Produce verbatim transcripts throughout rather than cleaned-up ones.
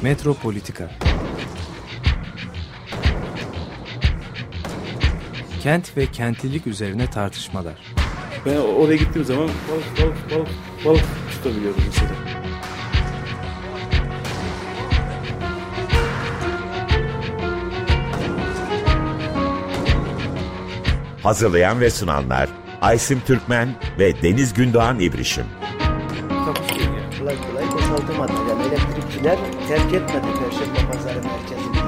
Metropolitika. Kent ve kentlilik üzerine tartışmalar. Ben oraya gittiğim zaman balık balık balık balık tutabiliyordum mesela. Hazırlayan ve sunanlar Aysim Türkmen ve Deniz Gündoğan İbrişim. Kolay kolay boşaltamadı. Yani elektrikçiler terk etmedi Perşembe Pazarı merkezini.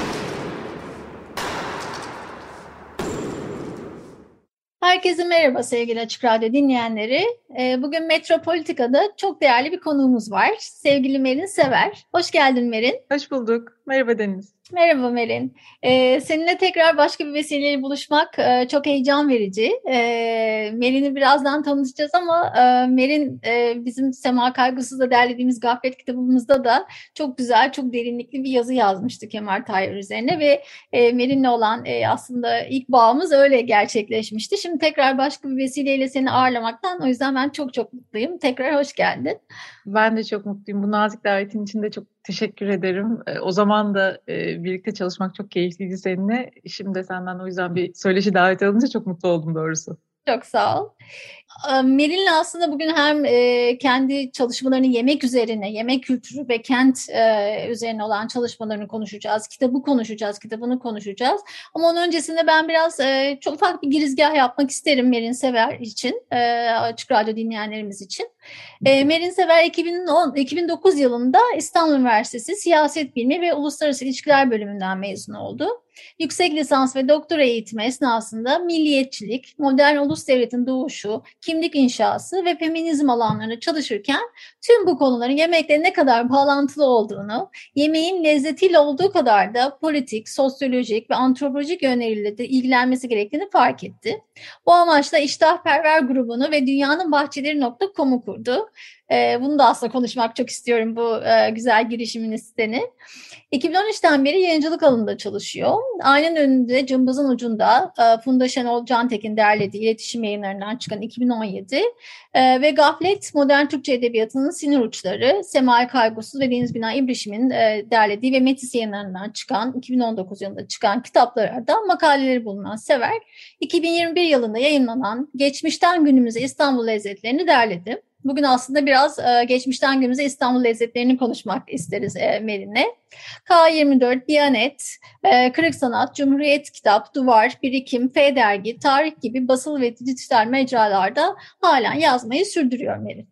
Herkese merhaba sevgili Açık Radyo dinleyenleri. Bugün Metropolitika'da çok değerli bir konuğumuz var. Sevgili Merin Sever. Hoş geldin Merin. Hoş bulduk. Merhaba Deniz. Merhaba Merin. Ee, seninle tekrar başka bir vesileyle buluşmak e, çok heyecan verici. E, Merin'i birazdan tanışacağız ama e, Merin e, bizim Sema Kaygısız'da derlediğimiz Gaflet kitabımızda da çok güzel, çok derinlikli bir yazı yazmıştı Kemal Tahir üzerine ve e, Merin'le olan e, aslında ilk bağımız öyle gerçekleşmişti. Şimdi tekrar başka bir vesileyle seni ağırlamaktan o yüzden ben çok çok mutluyum. Tekrar hoş geldin. Ben de çok mutluyum. Bu nazik davetin için de çok teşekkür ederim. E, o zaman da e, birlikte çalışmak çok keyifliydi seninle. Şimdi de senden o yüzden bir söyleşi davet alınca çok mutlu oldum doğrusu. Çok sağ ol. Merin'le aslında bugün hem e, kendi çalışmalarını yemek üzerine, yemek kültürü ve kent e, üzerine olan çalışmalarını konuşacağız. Kitabı konuşacağız, kitabını konuşacağız. Ama onun öncesinde ben biraz e, çok ufak bir girizgah yapmak isterim Merin Sever için, e, Açık Radyo dinleyenlerimiz için. E, Merin Sever iki bin on, iki bin dokuz yılında İstanbul Üniversitesi Siyaset Bilimi ve Uluslararası İlişkiler bölümünden mezun oldu. Yüksek lisans ve doktora eğitimi esnasında milliyetçilik, modern ulus devletin doğuşu, kimlik inşası ve feminizm alanlarında çalışırken tüm bu konuların yemekle ne kadar bağlantılı olduğunu, yemeğin lezzetiyle olduğu kadar da politik, sosyolojik ve antropolojik yönleriyle de ilgilenmesi gerektiğini fark etti. Bu amaçla İştahperver grubunu ve dünyanın bahçeleri nokta com'u kurdu. Bunu da aslında konuşmak çok istiyorum bu güzel girişimin siteni. iki bin on üçten beri yayıncılık alanında çalışıyor. Aynen önünde cımbızın ucunda Funda Şenol Cantekin derlediği iletişim yayınlarından çıkan iki bin on yedi ve Gaflet Modern Türkçe Edebiyatı'nın sinir uçları Sema Kaygısız ve Deniz Gündoğan İbrişim'in derlediği ve Metis yayınlarından çıkan iki bin on dokuz yılında çıkan kitaplardan makaleleri bulunan Sever, iki bin yirmi bir yılında yayınlanan Geçmişten Günümüze İstanbul Lezzetlerini derledi. Bugün aslında biraz e, geçmişten günümüze İstanbul lezzetlerini konuşmak isteriz e, Merin'le. K yirmi dört, Diyanet, e, Kırık Sanat, Cumhuriyet Kitap, Duvar, Birikim, F Dergi, Tarih gibi basılı ve dijital mecralarda halen yazmayı sürdürüyor Merin.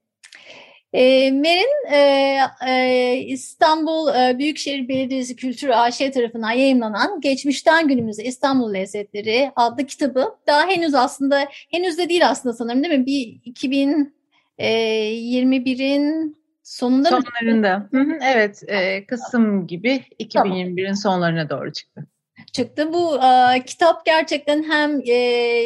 E, Merin e, e, İstanbul e, Büyükşehir Belediyesi Kültür A Ş tarafından yayımlanan Geçmişten Günümüze İstanbul Lezzetleri adlı kitabı daha henüz aslında henüz de değil aslında sanırım değil mi? Bir iki bin yirmi birin sonunda sonlarında. Hı hı, evet, e, Kasım gibi iki bin yirmi birin tamam. Sonlarına doğru çıktı. Çıktı. Bu e, kitap gerçekten hem e,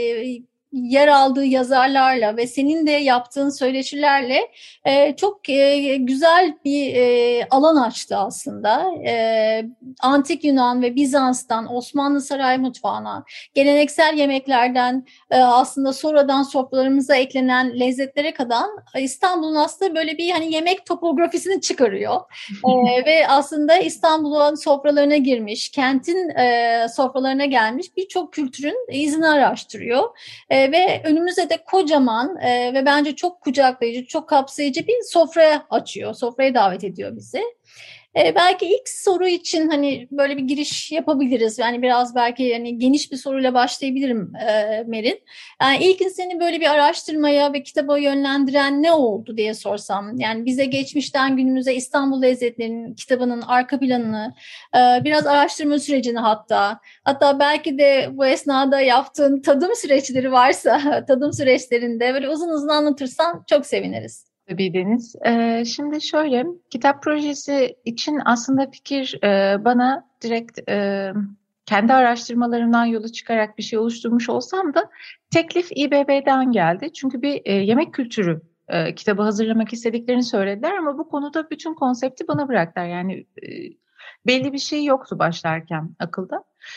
yer aldığı yazarlarla ve senin de yaptığın söyleşilerle e, çok e, güzel bir e, alan açtı aslında. E, Antik Yunan ve Bizans'tan Osmanlı saray mutfağına, geleneksel yemeklerden e, aslında sonradan sofralarımıza eklenen lezzetlere kadar İstanbul'un aslında böyle bir hani yemek topografisini çıkarıyor. e, ve aslında İstanbul'un sofralarına girmiş, kentin e, sofralarına gelmiş birçok kültürün izini araştırıyor. E, ve önümüze de kocaman e, ve bence çok kucaklayıcı, çok kapsayıcı bir sofraya açıyor, sofraya davet ediyor bizi. E, belki ilk soru için hani böyle bir giriş yapabiliriz. Yani biraz belki yani geniş bir soruyla başlayabilirim e, Merin. Yani ilk seni böyle bir araştırmaya ve kitaba yönlendiren ne oldu diye sorsam. Yani bize geçmişten günümüze İstanbul Lezzetleri'nin kitabının arka planını, e, biraz araştırma sürecini hatta, hatta belki de bu esnada yaptığın tadım süreçleri varsa, tadım süreçlerinde böyle uzun uzun anlatırsan çok seviniriz. Tabii Deniz. Ee, şimdi şöyle, kitap projesi için aslında fikir e, bana direkt e, kendi araştırmalarımdan yola çıkarak bir şey oluşturmuş olsam da teklif İ B B'den geldi. Çünkü bir e, yemek kültürü e, kitabı hazırlamak istediklerini söylediler ama bu konuda bütün konsepti bana bıraktılar. Yani e, belli bir şey yoktu başlarken akılda.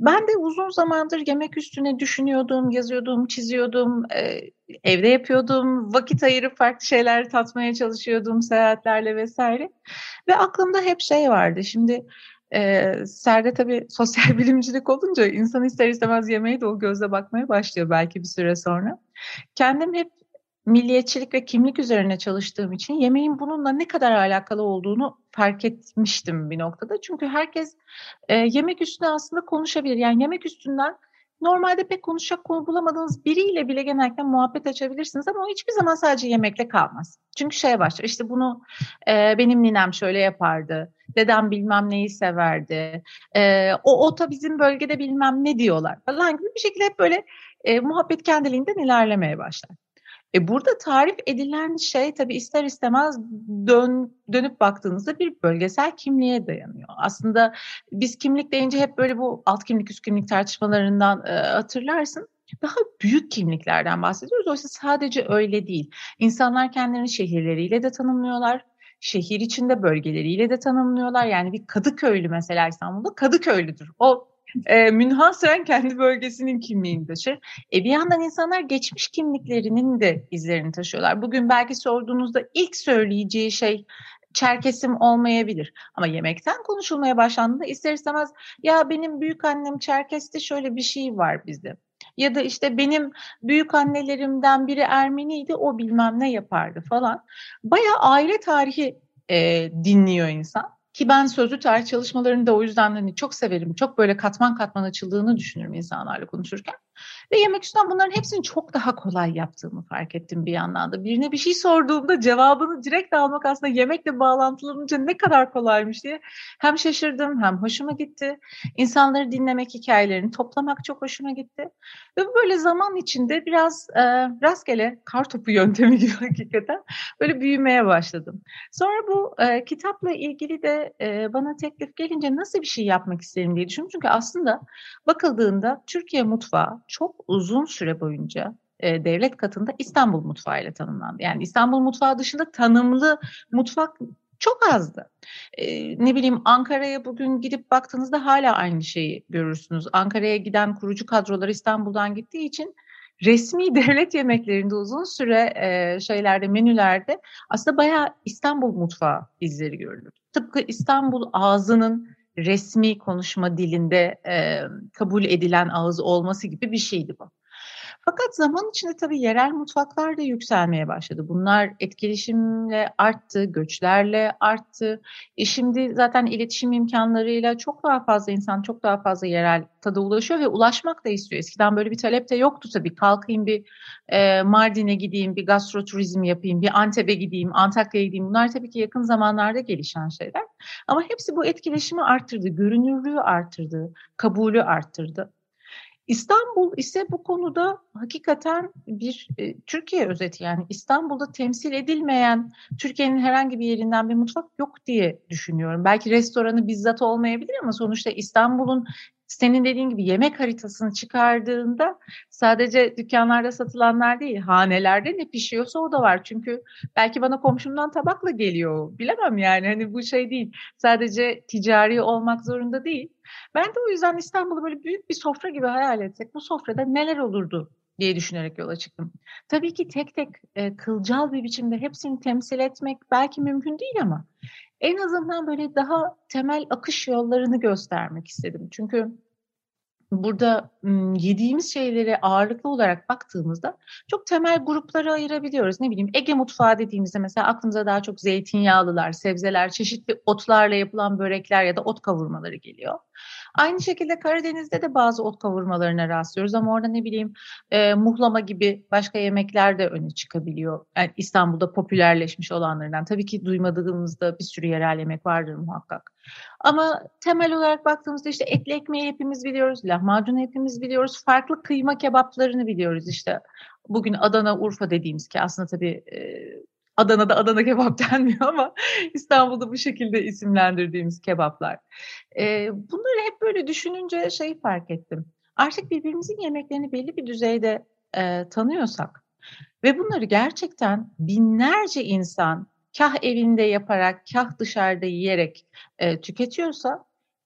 Ben de uzun zamandır yemek üstüne düşünüyordum, yazıyordum, çiziyordum, e, evde yapıyordum, vakit ayırıp farklı şeyler tatmaya çalışıyordum seyahatlerle vesaire. Ve aklımda hep şey vardı. Şimdi e, Serde tabii sosyal bilimcilik olunca insan ister istemez yemeğe de o gözle bakmaya başlıyor belki bir süre sonra. Kendim hep milliyetçilik ve kimlik üzerine çalıştığım için yemeğin bununla ne kadar alakalı olduğunu fark etmiştim bir noktada. Çünkü herkes e, yemek üstüne aslında konuşabilir. Yani yemek üstünden normalde pek konuşacak konu bulamadığınız biriyle bile genellikle muhabbet açabilirsiniz ama o hiçbir zaman sadece yemekle kalmaz. Çünkü şeye başlar, işte bunu e, benim ninem şöyle yapardı, dedem bilmem neyi severdi, e, o ota bizim bölgede bilmem ne diyorlar falan gibi bir şekilde hep böyle e, muhabbet kendiliğinden ilerlemeye başlar. E burada tarif edilen şey tabii ister istemez dön, dönüp baktığınızda bir bölgesel kimliğe dayanıyor. Aslında biz kimlik deyince hep böyle bu alt kimlik üst kimlik tartışmalarından e, hatırlarsın. Daha büyük kimliklerden bahsediyoruz. Oysa sadece öyle değil. İnsanlar kendilerini şehirleriyle de tanımlıyorlar. Şehir içinde bölgeleriyle de tanımlıyorlar. Yani bir Kadıköylü mesela İstanbul'da Kadıköylüdür. O e, münhasıren kendi bölgesinin kimliğini taşır. E, bir yandan insanlar geçmiş kimliklerinin de izlerini taşıyorlar. Bugün belki sorduğunuzda ilk söyleyeceği şey Çerkesim olmayabilir. Ama yemekten konuşulmaya başlandığında ister istemez ya benim büyük annem Çerkes'te şöyle bir şey var bizde. Ya da işte benim büyük annelerimden biri Ermeniydi, o bilmem ne yapardı falan. Bayağı aile tarihi e, dinliyor insan. Ki ben sözlü tarih çalışmalarını da o yüzden hani çok severim. Çok böyle katman katman açıldığını düşünürüm insanlarla konuşurken. Ve yemek üstünden bunların hepsini çok daha kolay yaptığımı fark ettim bir yandan da. Birine bir şey sorduğumda cevabını direkt almak aslında yemekle bağlantılanınca ne kadar kolaymış diye hem şaşırdım hem hoşuma gitti. İnsanları dinlemek, hikayelerini toplamak çok hoşuma gitti. Ve böyle zaman içinde biraz e, rastgele kartopu yöntemi gibi hakikaten böyle büyümeye başladım. Sonra bu e, kitapla ilgili de e, bana teklif gelince nasıl bir şey yapmak isterim diye düşündüm. Çünkü aslında bakıldığında Türkiye mutfağı çok uzun süre boyunca e, devlet katında İstanbul mutfağı ile tanımlandı. Yani İstanbul mutfağı dışında tanımlı mutfak çok azdı. E, ne bileyim Ankara'ya bugün gidip baktığınızda hala aynı şeyi görürsünüz. Ankara'ya giden kurucu kadrolar İstanbul'dan gittiği için resmi devlet yemeklerinde uzun süre e, şeylerde, menülerde aslında bayağı İstanbul mutfağı izleri görülür. Tıpkı İstanbul ağzının resmi konuşma dilinde e, kabul edilen ağız olması gibi bir şeydi bu. Fakat zaman içinde tabii yerel mutfaklar da yükselmeye başladı. Bunlar etkileşimle arttı, göçlerle arttı. E şimdi zaten iletişim imkanlarıyla çok daha fazla insan, çok daha fazla yerel tada ulaşıyor ve ulaşmak da istiyor. Eskiden böyle bir talep de yoktu tabii. Kalkayım bir e, Mardin'e gideyim, bir gastroturizm yapayım, bir Antep'e gideyim, Antakya'ya gideyim. Bunlar tabii ki yakın zamanlarda gelişen şeyler. Ama hepsi bu etkileşimi arttırdı, görünürlüğü arttırdı, kabulü arttırdı. İstanbul ise bu konuda hakikaten bir e, Türkiye özeti, yani İstanbul'da temsil edilmeyen Türkiye'nin herhangi bir yerinden bir mutfak yok diye düşünüyorum. Belki restoranı bizzat olmayabilir ama sonuçta İstanbul'un senin dediğin gibi yemek haritasını çıkardığında sadece dükkanlarda satılanlar değil, hanelerde ne pişiyorsa o da var. Çünkü belki bana komşumdan tabakla geliyor, bilemem yani, hani bu şey değil, sadece ticari olmak zorunda değil. Ben de o yüzden İstanbul'u böyle büyük bir sofra gibi hayal etsek bu sofrada neler olurdu diye düşünerek yola çıktım. Tabii ki tek tek e, kılcal bir biçimde hepsini temsil etmek belki mümkün değil ama en azından böyle daha temel akış yollarını göstermek istedim. Çünkü burada yediğimiz şeylere ağırlıklı olarak baktığımızda çok temel gruplara ayırabiliyoruz. Ne bileyim, Ege mutfağı dediğimizde mesela aklımıza daha çok zeytinyağlılar, sebzeler, çeşitli otlarla yapılan börekler ya da ot kavurmaları geliyor. Aynı şekilde Karadeniz'de de bazı ot kavurmalarına rastlıyoruz ama orada ne bileyim e, muhlama gibi başka yemekler de öne çıkabiliyor. Yani İstanbul'da popülerleşmiş olanlardan. Tabii ki duymadığımızda bir sürü yerel yemek vardır muhakkak. Ama temel olarak baktığımızda işte etli ekmeği hepimiz biliyoruz, lahmacunu hepimiz biliyoruz, farklı kıyma kebaplarını biliyoruz işte. Bugün Adana, Urfa dediğimiz, ki aslında tabii e, Adana'da Adana kebap denmiyor ama İstanbul'da bu şekilde isimlendirdiğimiz kebaplar. E, bunları hep böyle düşününce şey fark ettim. Artık birbirimizin yemeklerini belli bir düzeyde e, tanıyorsak ve bunları gerçekten binlerce insan kah evinde yaparak, kah dışarıda yiyerek e, tüketiyorsa,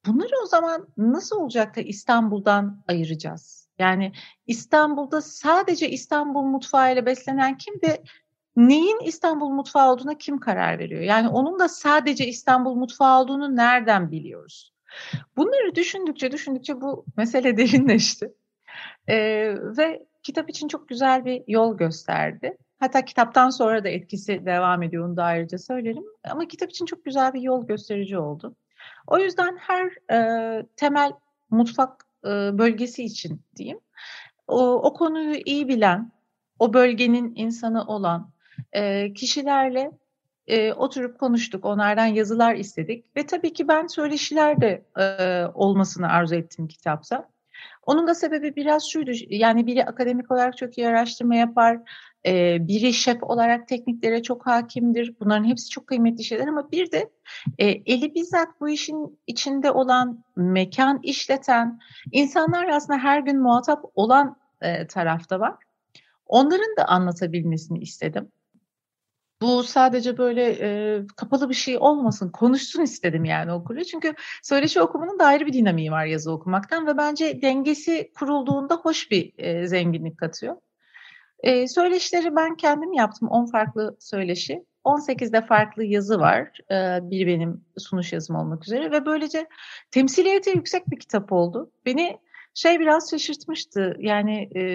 bunları o zaman nasıl olacak da İstanbul'dan ayıracağız? Yani İstanbul'da sadece İstanbul mutfağıyla beslenen kim ve neyin İstanbul mutfağı olduğuna kim karar veriyor? Yani onun da sadece İstanbul mutfağı olduğunu nereden biliyoruz? Bunları düşündükçe düşündükçe bu mesele derinleşti. Ee, ve kitap için çok güzel bir yol gösterdi. Hatta kitaptan sonra da etkisi devam ediyor, onu da ayrıca söylerim. Ama kitap için çok güzel bir yol gösterici oldu. O yüzden her e, temel mutfak e, bölgesi için diyeyim, o, o konuyu iyi bilen, o bölgenin insanı olan e, kişilerle e, oturup konuştuk. Onlardan yazılar istedik ve tabii ki ben söyleşiler de e, olmasını arzu ettim kitapta. Onun da sebebi biraz şuydu, yani biri akademik olarak çok iyi araştırma yapar, e, biri şef olarak tekniklere çok hakimdir. Bunların hepsi çok kıymetli şeyler ama bir de e, eli bizzat bu işin içinde olan, mekan işleten, insanlar aslında her gün muhatap olan e, tarafta var. Onların da anlatabilmesini istedim. Bu sadece böyle e, kapalı bir şey olmasın, konuşsun istedim yani okuru. Çünkü söyleşi okumanın da ayrı bir dinamiği var yazı okumaktan ve bence dengesi kurulduğunda hoş bir e, zenginlik katıyor. E, söyleşileri ben kendim yaptım, on farklı söyleşi. on sekizde farklı yazı var, e, biri benim sunuş yazım olmak üzere ve böylece temsiliyeti yüksek bir kitap oldu. Beni şey biraz şaşırtmıştı, yani... E,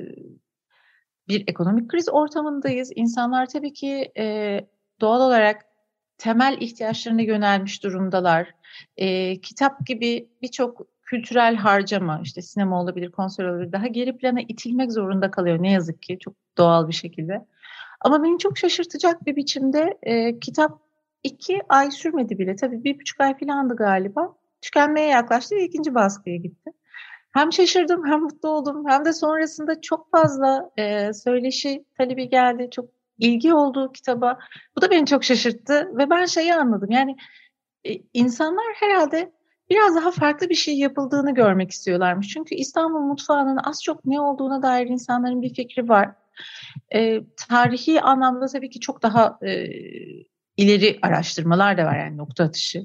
bir ekonomik kriz ortamındayız. İnsanlar tabii ki e, doğal olarak temel ihtiyaçlarına yönelmiş durumdalar. E, kitap gibi birçok kültürel harcama, işte sinema olabilir, konser olabilir, daha geri plana itilmek zorunda kalıyor ne yazık ki, çok doğal bir şekilde. Ama beni çok şaşırtacak bir biçimde e, kitap iki ay sürmedi bile. Tabii bir buçuk ay falandı galiba. Tükenmeye yaklaştı ve ikinci baskıya gitti. Hem şaşırdım, hem mutlu oldum, hem de sonrasında çok fazla e, söyleşi talebi geldi, çok ilgi oldu kitaba. Bu da beni çok şaşırttı ve ben şeyi anladım. Yani e, insanlar herhalde biraz daha farklı bir şey yapıldığını görmek istiyorlarmış. Çünkü İstanbul mutfağının az çok ne olduğuna dair insanların bir fikri var. E, tarihi anlamda tabii ki çok daha e, ileri araştırmalar da var, yani nokta atışı.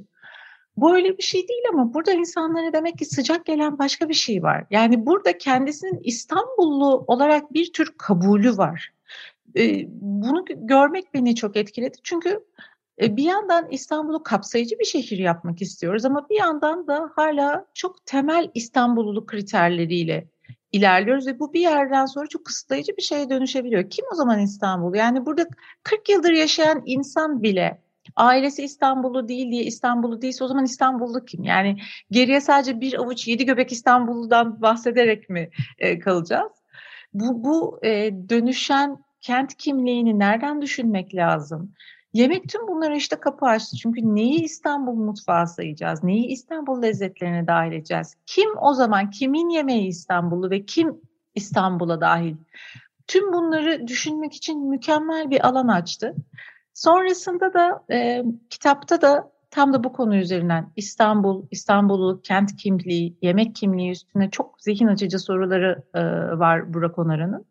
Bu öyle bir şey değil ama burada insanlara demek ki sıcak gelen başka bir şey var. Yani burada kendisinin İstanbullu olarak bir tür kabulü var. Ee, bunu görmek beni çok etkiledi. Çünkü e, bir yandan İstanbul'u kapsayıcı bir şehir yapmak istiyoruz ama bir yandan da hala çok temel İstanbulluluk kriterleriyle ilerliyoruz ve bu bir yerden sonra çok kısıtlayıcı bir şeye dönüşebiliyor. Kim o zaman İstanbul? Yani burada kırk yıldır yaşayan insan bile ailesi İstanbullu değil diye İstanbullu değilse o zaman İstanbullu kim? Yani geriye sadece bir avuç yedi göbek İstanbullu'dan bahsederek mi e, kalacağız? Bu, bu e, dönüşen kent kimliğini nereden düşünmek lazım? Yemek tüm bunlara işte kapı açtı. Çünkü neyi İstanbul mutfağı sayacağız? Neyi İstanbul lezzetlerine dahil edeceğiz? Kim o zaman, kimin yemeği İstanbullu ve kim İstanbul'a dahil? Tüm bunları düşünmek için mükemmel bir alan açtı. Sonrasında da e, kitapta da tam da bu konu üzerinden İstanbul, İstanbul'u, kent kimliği, yemek kimliği üstüne çok zihin açıcı soruları e, var Burak Onaran'ın.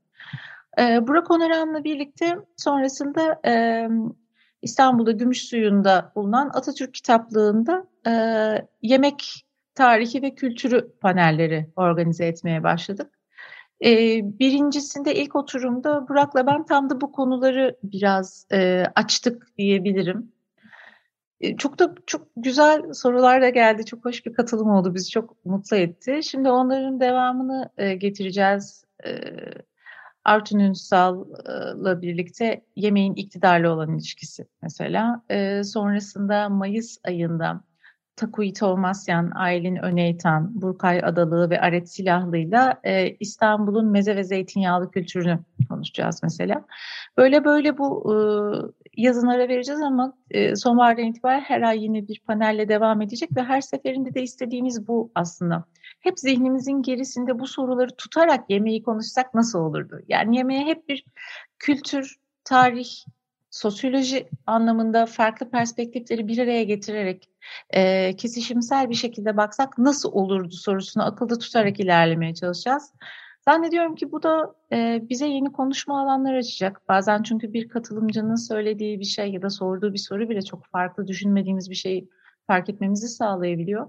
E, Burak Onaran'la birlikte sonrasında e, İstanbul'da Gümüşsuyu'nda bulunan Atatürk Kitaplığı'nda e, yemek tarihi ve kültürü panelleri organize etmeye başladık. Ee, birincisinde ilk oturumda Burak'la ben tam da bu konuları biraz e, açtık diyebilirim. E, çok da çok güzel sorular da geldi. Çok hoş bir katılım oldu. Bizi çok mutlu etti. Şimdi onların devamını e, getireceğiz. E, Artun Ünsal'la birlikte yemeğin iktidarla olan ilişkisi mesela. E, sonrasında Mayıs ayında Takui Tovmasyan, Aylin Öneytan, Burkay Adalı ve Aret Silahlı'yla e, İstanbul'un meze ve zeytinyağlı kültürünü konuşacağız mesela. Böyle böyle bu e, yazınlara vereceğiz ama e, sonbahardan itibaren her ay yine bir panelle devam edecek ve her seferinde de istediğimiz bu aslında. Hep zihnimizin gerisinde bu soruları tutarak yemeği konuşsak nasıl olurdu? Yani yemeğe hep bir kültür, tarih, sosyoloji anlamında farklı perspektifleri bir araya getirerek e, kesişimsel bir şekilde baksak nasıl olurdu sorusunu akılda tutarak ilerlemeye çalışacağız. Zannediyorum ki bu da e, bize yeni konuşma alanları açacak. Bazen çünkü bir katılımcının söylediği bir şey ya da sorduğu bir soru bile çok farklı, düşünmediğimiz bir şey fark etmemizi sağlayabiliyor.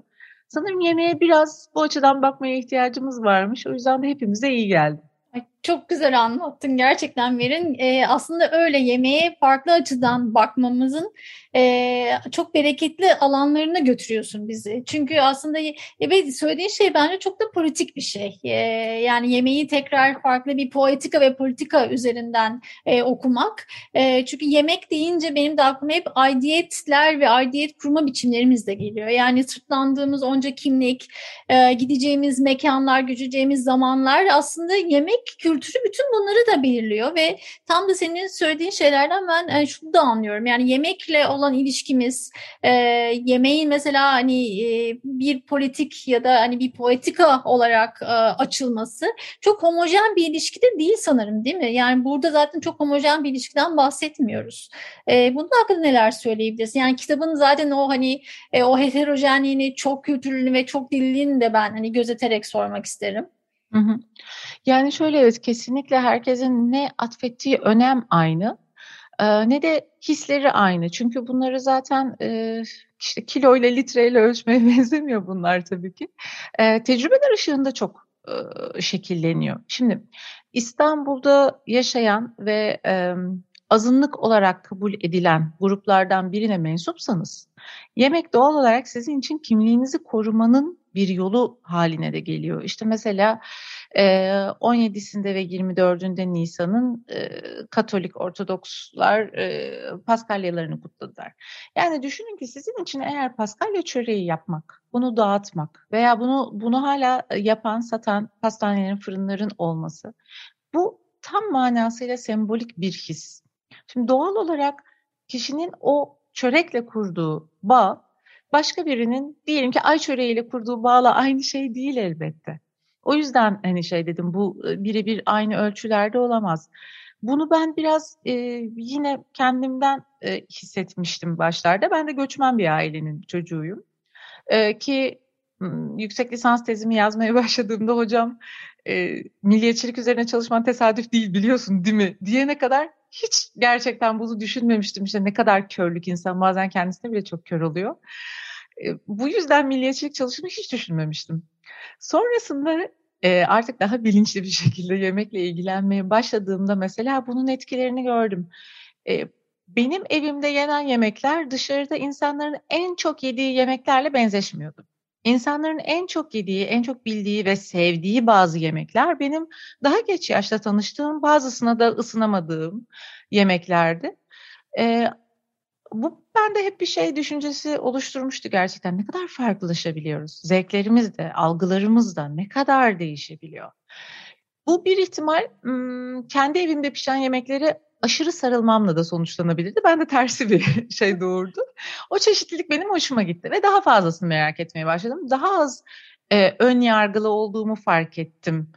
Sanırım yemeğe biraz bu açıdan bakmaya ihtiyacımız varmış. O yüzden de hepimize iyi geldi. Ay, çok güzel anlattın gerçekten Verin. Ee, aslında öyle yemeğe farklı açıdan bakmamızın e, çok bereketli alanlarına götürüyorsun bizi. Çünkü aslında evet, söylediğin şey bence çok da politik bir şey. Ee, yani yemeği tekrar farklı bir poetika ve politika üzerinden e, okumak. E, çünkü yemek deyince benim de aklıma hep aidiyetler ve aidiyet kurma biçimlerimiz de geliyor. Yani sırtlandığımız onca kimlik, e, gideceğimiz mekanlar, göçeceğimiz zamanlar aslında yemek kültürü bütün bunları da belirliyor ve tam da senin söylediğin şeylerden ben yani şunu da anlıyorum. Yani yemekle olan ilişkimiz, e, yemeğin mesela hani e, bir politik ya da hani bir poetika olarak e, açılması çok homojen bir ilişkide değil sanırım, değil mi? Yani burada zaten çok homojen bir ilişkiden bahsetmiyoruz. E, bunun hakkında neler söyleyebiliriz? Yani kitabın zaten o hani e, o heterojenliğini, çok kültürlülüğünü ve çok dilliliğini de ben hani gözeterek sormak isterim. Hı hı. Yani şöyle, evet, kesinlikle herkesin ne atfettiği önem aynı, e, ne de hisleri aynı. Çünkü bunları zaten e, işte kiloyla, litreyle ölçmeye benzemiyor bunlar tabii ki. E, tecrübeler ışığında çok e, şekilleniyor. Şimdi İstanbul'da yaşayan ve e, azınlık olarak kabul edilen gruplardan birine mensupsanız, yemek doğal olarak sizin için kimliğinizi korumanın bir yolu haline de geliyor. İşte mesela on yedisinde ve yirmi dördünde Nisan'ın Katolik Ortodokslar Paskalyalarını kutladılar. Yani düşünün ki sizin için eğer Paskalya çöreği yapmak, bunu dağıtmak veya bunu bunu hala yapan, satan pastanelerin, fırınların olması, bu tam manasıyla sembolik bir his. Şimdi doğal olarak kişinin o çörekle kurduğu bağ, başka birinin diyelim ki ay çöreğiyle kurduğu bağla aynı şey değil elbette. O yüzden hani şey dedim, bu birebir aynı ölçülerde olamaz. Bunu ben biraz e, yine kendimden e, hissetmiştim başlarda. Ben de göçmen bir ailenin çocuğuyum. E, ki yüksek lisans tezimi yazmaya başladığımda hocam e, milliyetçilik üzerine çalışman tesadüf değil biliyorsun değil mi diyene kadar hiç gerçekten bunu düşünmemiştim. İşte ne kadar körlük, insan bazen kendisine bile çok kör oluyor. E, bu yüzden milliyetçilik çalışımı hiç düşünmemiştim. Sonrasında e, artık daha bilinçli bir şekilde yemekle ilgilenmeye başladığımda mesela bunun etkilerini gördüm. E, benim evimde yenen yemekler dışarıda insanların en çok yediği yemeklerle benzeşmiyordu. İnsanların en çok yediği, en çok bildiği ve sevdiği bazı yemekler benim daha geç yaşta tanıştığım, bazısına da ısınamadığım yemeklerdi. E, Bu bende hep bir şey düşüncesi oluşturmuştu gerçekten. Ne kadar farklılaşabiliyoruz. Zevklerimiz de, algılarımız da ne kadar değişebiliyor. Bu bir ihtimal kendi evimde pişen yemekleri aşırı sarılmamla da sonuçlanabilirdi. Ben de tersi bir şey doğurdu. O çeşitlilik benim hoşuma gitti ve daha fazlasını merak etmeye başladım. Daha az e, ön yargılı olduğumu fark ettim.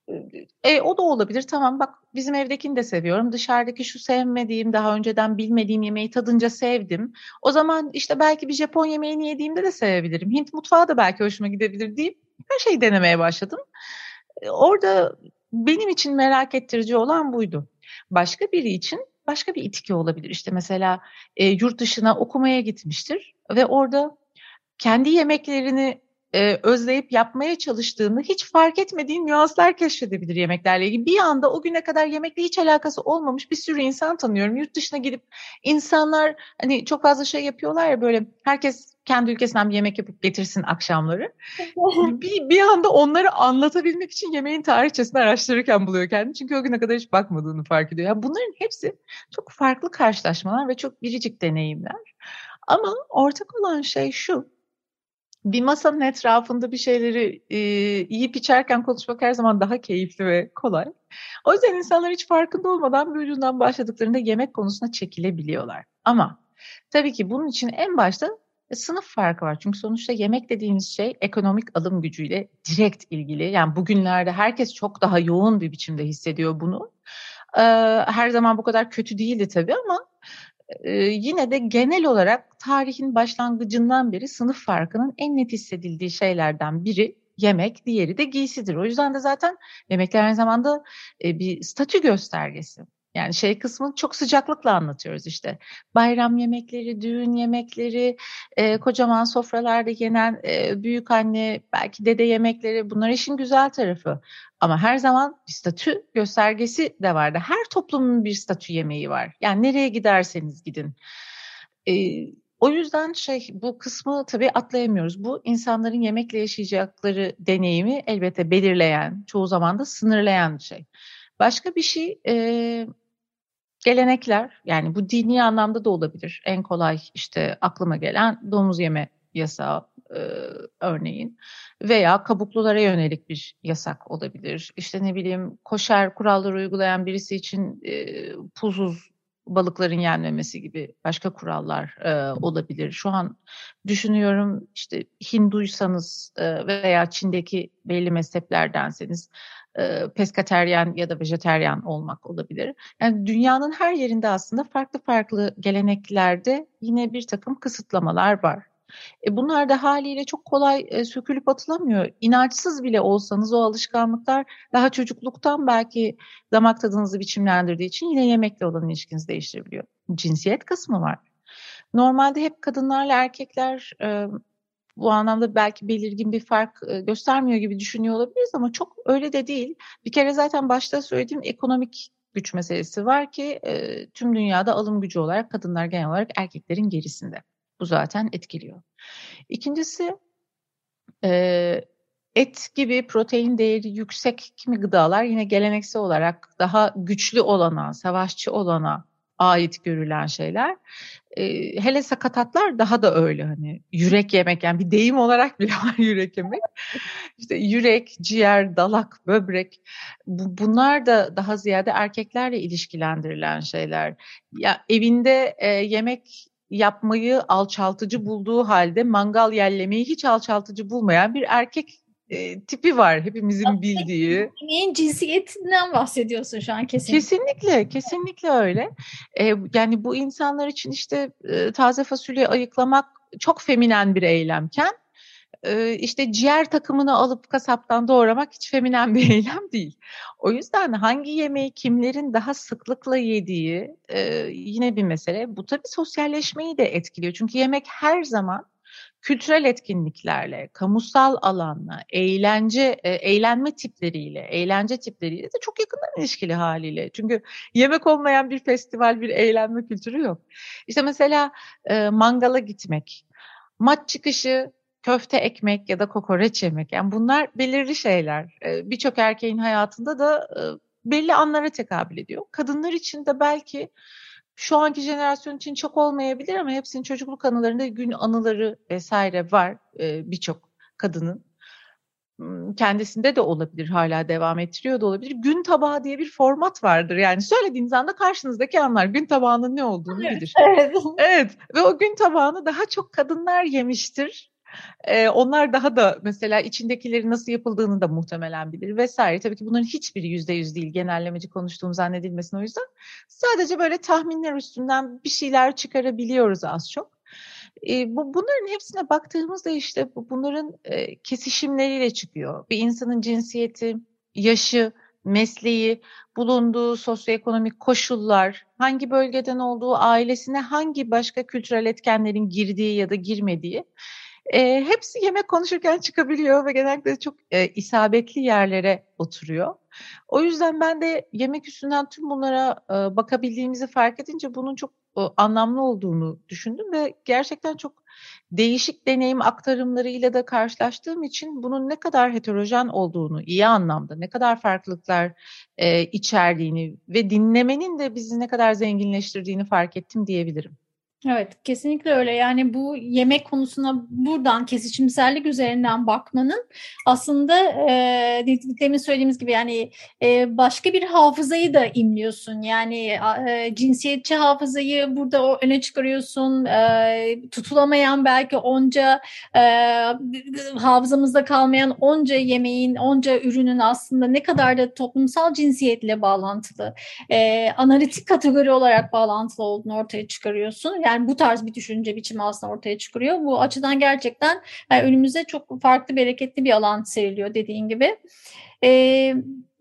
E, o da olabilir. Tamam, bak bizim evdekini de seviyorum. Dışarıdaki şu sevmediğim, daha önceden bilmediğim yemeği tadınca sevdim. O zaman işte belki bir Japon yemeğini yediğimde de sevebilirim. Hint mutfağı da belki hoşuma gidebilir deyip her şeyi denemeye başladım. E, orada benim için merak ettirici olan buydu. Başka biri için başka bir itki olabilir. İşte mesela e, yurt dışına okumaya gitmiştir ve orada kendi yemeklerini e, özleyip yapmaya çalıştığını hiç fark etmediğin nüanslar keşfedebilir yemeklerle ilgili. Bir anda o güne kadar yemekle hiç alakası olmamış bir sürü insan tanıyorum. Yurt dışına gidip insanlar hani çok fazla şey yapıyorlar ya, böyle herkes kendi ülkesinden bir yemek yapıp getirsin akşamları. bir, bir anda onları anlatabilmek için yemeğin tarihçesini araştırırken buluyor kendini. Çünkü o güne kadar hiç bakmadığını fark ediyor. Yani bunların hepsi çok farklı karşılaşmalar ve çok biricik deneyimler. Ama ortak olan şey şu: bir masanın etrafında bir şeyleri e, yiyip içerken konuşmak her zaman daha keyifli ve kolay. O yüzden insanlar hiç farkında olmadan bir ucundan başladıklarında yemek konusuna çekilebiliyorlar. Ama tabii ki bunun için en başta sınıf farkı var. Çünkü sonuçta yemek dediğimiz şey ekonomik alım gücüyle direkt ilgili. Yani bugünlerde herkes çok daha yoğun bir biçimde hissediyor bunu. Ee, her zaman bu kadar kötü değildi tabii ama Ee, yine de genel olarak tarihin başlangıcından beri sınıf farkının en net hissedildiği şeylerden biri yemek, diğeri de giysidir. O yüzden de zaten yemekler aynı zamanda e, bir statü göstergesi. Yani şey kısmını çok sıcaklıkla anlatıyoruz işte. Bayram yemekleri, düğün yemekleri, e, kocaman sofralarda yenen e, büyük anne, belki dede yemekleri, bunlar işin güzel tarafı. Ama her zaman bir statü göstergesi de vardı. Her toplumun bir statü yemeği var. Yani nereye giderseniz gidin. E, O yüzden şey, bu kısmı tabii atlayamıyoruz. Bu insanların yemekle yaşayacakları deneyimi elbette belirleyen, çoğu zaman da sınırlayan bir şey. Başka bir şey, e, gelenekler, yani bu dini anlamda da olabilir. En kolay işte aklıma gelen domuz yeme yasağı e, örneğin, veya kabuklulara yönelik bir yasak olabilir. İşte ne bileyim, koşer kuralları uygulayan birisi için e, pulsuz balıkların yenmemesi gibi başka kurallar e, olabilir. Şu an düşünüyorum, işte Hinduysanız e, veya Çin'deki belli mezheplerdenseniz e, peskateryen ya da vejeteryan olmak olabilir. Yani dünyanın her yerinde aslında farklı farklı geleneklerde yine bir takım kısıtlamalar var. E bunlar da haliyle çok kolay e, sökülüp atılamıyor. İnançsız bile olsanız o alışkanlıklar daha çocukluktan belki damak tadınızı biçimlendirdiği için yine yemekle olan ilişkinizi değiştirebiliyor. Cinsiyet kısmı var. Normalde hep kadınlarla erkekler e, bu anlamda belki belirgin bir fark e, göstermiyor gibi düşünüyor olabiliriz ama çok öyle de değil. Bir kere zaten başta söylediğim ekonomik güç meselesi var ki e, tüm dünyada alım gücü olarak kadınlar genel olarak erkeklerin gerisinde. Bu zaten etkiliyor. İkincisi, e, et gibi protein değeri yüksek kimi gıdalar yine geleneksel olarak daha güçlü olana, savaşçı olana ait görülen şeyler. E, hele sakatatlar daha da öyle, hani yürek yemek, yani bir deyim olarak bile var yürek yemek. İşte yürek, ciğer, dalak, böbrek, bu, bunlar da daha ziyade erkeklerle ilişkilendirilen şeyler. Ya evinde e, yemek yapmayı alçaltıcı bulduğu halde mangal yerlemeyi hiç alçaltıcı bulmayan bir erkek e, tipi var hepimizin bildiği. Yemeğin cinsiyetinden bahsediyorsun şu an kesin. Kesinlikle, kesinlikle öyle. E, yani bu insanlar için işte e, taze fasulye ayıklamak çok feminen bir eylemken, e, işte ciğer takımını alıp kasaptan doğramak hiç feminen bir eylem değil. O yüzden hangi yemeği kimlerin daha sıklıkla yediği e, yine bir mesele. Bu tabii sosyalleşmeyi de etkiliyor. Çünkü yemek her zaman kültürel etkinliklerle, kamusal alanla, eğlence, e, eğlenme tipleriyle, eğlence tipleriyle de çok yakından ilişkili haliyle. Çünkü yemek olmayan bir festival, bir eğlenme kültürü yok. İşte mesela e, mangala gitmek, maç çıkışı köfte ekmek ya da kokoreç yemek. Yani bunlar belirli şeyler. E, birçok erkeğin hayatında da e, belli anlara tekabül ediyor. Kadınlar için de belki şu anki jenerasyon için çok olmayabilir ama hepsinin çocukluk anılarında gün anıları vesaire var e, birçok kadının. Kendisinde de olabilir, hala devam ettiriyor da olabilir. Gün tabağı diye bir format vardır. Yani söylediğiniz anda karşınızdaki anlar gün tabağının ne olduğunu bilir. Evet. Evet, ve o gün tabağını daha çok kadınlar yemiştir. Ee, onlar daha da mesela içindekilerin nasıl yapıldığını da muhtemelen bilir vesaire. Tabii ki bunların hiçbiri yüzde yüz değil, genellemeci konuştuğum zannedilmesin o yüzden. Sadece böyle tahminler üstünden bir şeyler çıkarabiliyoruz az çok. E, bu, bunların hepsine baktığımızda işte bu, bunların e, kesişimleriyle çıkıyor. Bir insanın cinsiyeti, yaşı, mesleği, bulunduğu sosyoekonomik koşullar, hangi bölgeden olduğu, ailesine hangi başka kültürel etkenlerin girdiği ya da girmediği, e, hepsi yemek konuşurken çıkabiliyor ve genellikle çok e, isabetli yerlere oturuyor. O yüzden ben de yemek üstünden tüm bunlara e, bakabildiğimizi fark edince bunun çok e, anlamlı olduğunu düşündüm ve gerçekten çok değişik deneyim aktarımlarıyla da karşılaştığım için bunun ne kadar heterojen olduğunu, iyi anlamda ne kadar farklılıklar e, içerdiğini ve dinlemenin de bizi ne kadar zenginleştirdiğini fark ettim diyebilirim. Evet, kesinlikle öyle. Yani bu yemek konusuna buradan kesişimsellik üzerinden bakmanın aslında e, demin söylediğimiz gibi yani e, başka bir hafızayı da imliyorsun. Yani e, cinsiyetçi hafızayı burada o öne çıkarıyorsun. E, tutulamayan belki onca e, hafızamızda kalmayan onca yemeğin, onca ürünün aslında ne kadar da toplumsal cinsiyetle bağlantılı, e, analitik kategori olarak bağlantılı olduğunu ortaya çıkarıyorsun. Yani bu tarz bir düşünce biçimi aslında ortaya çıkıyor. Bu açıdan gerçekten yani önümüze çok farklı, bereketli bir alan seriliyor dediğin gibi. Ee,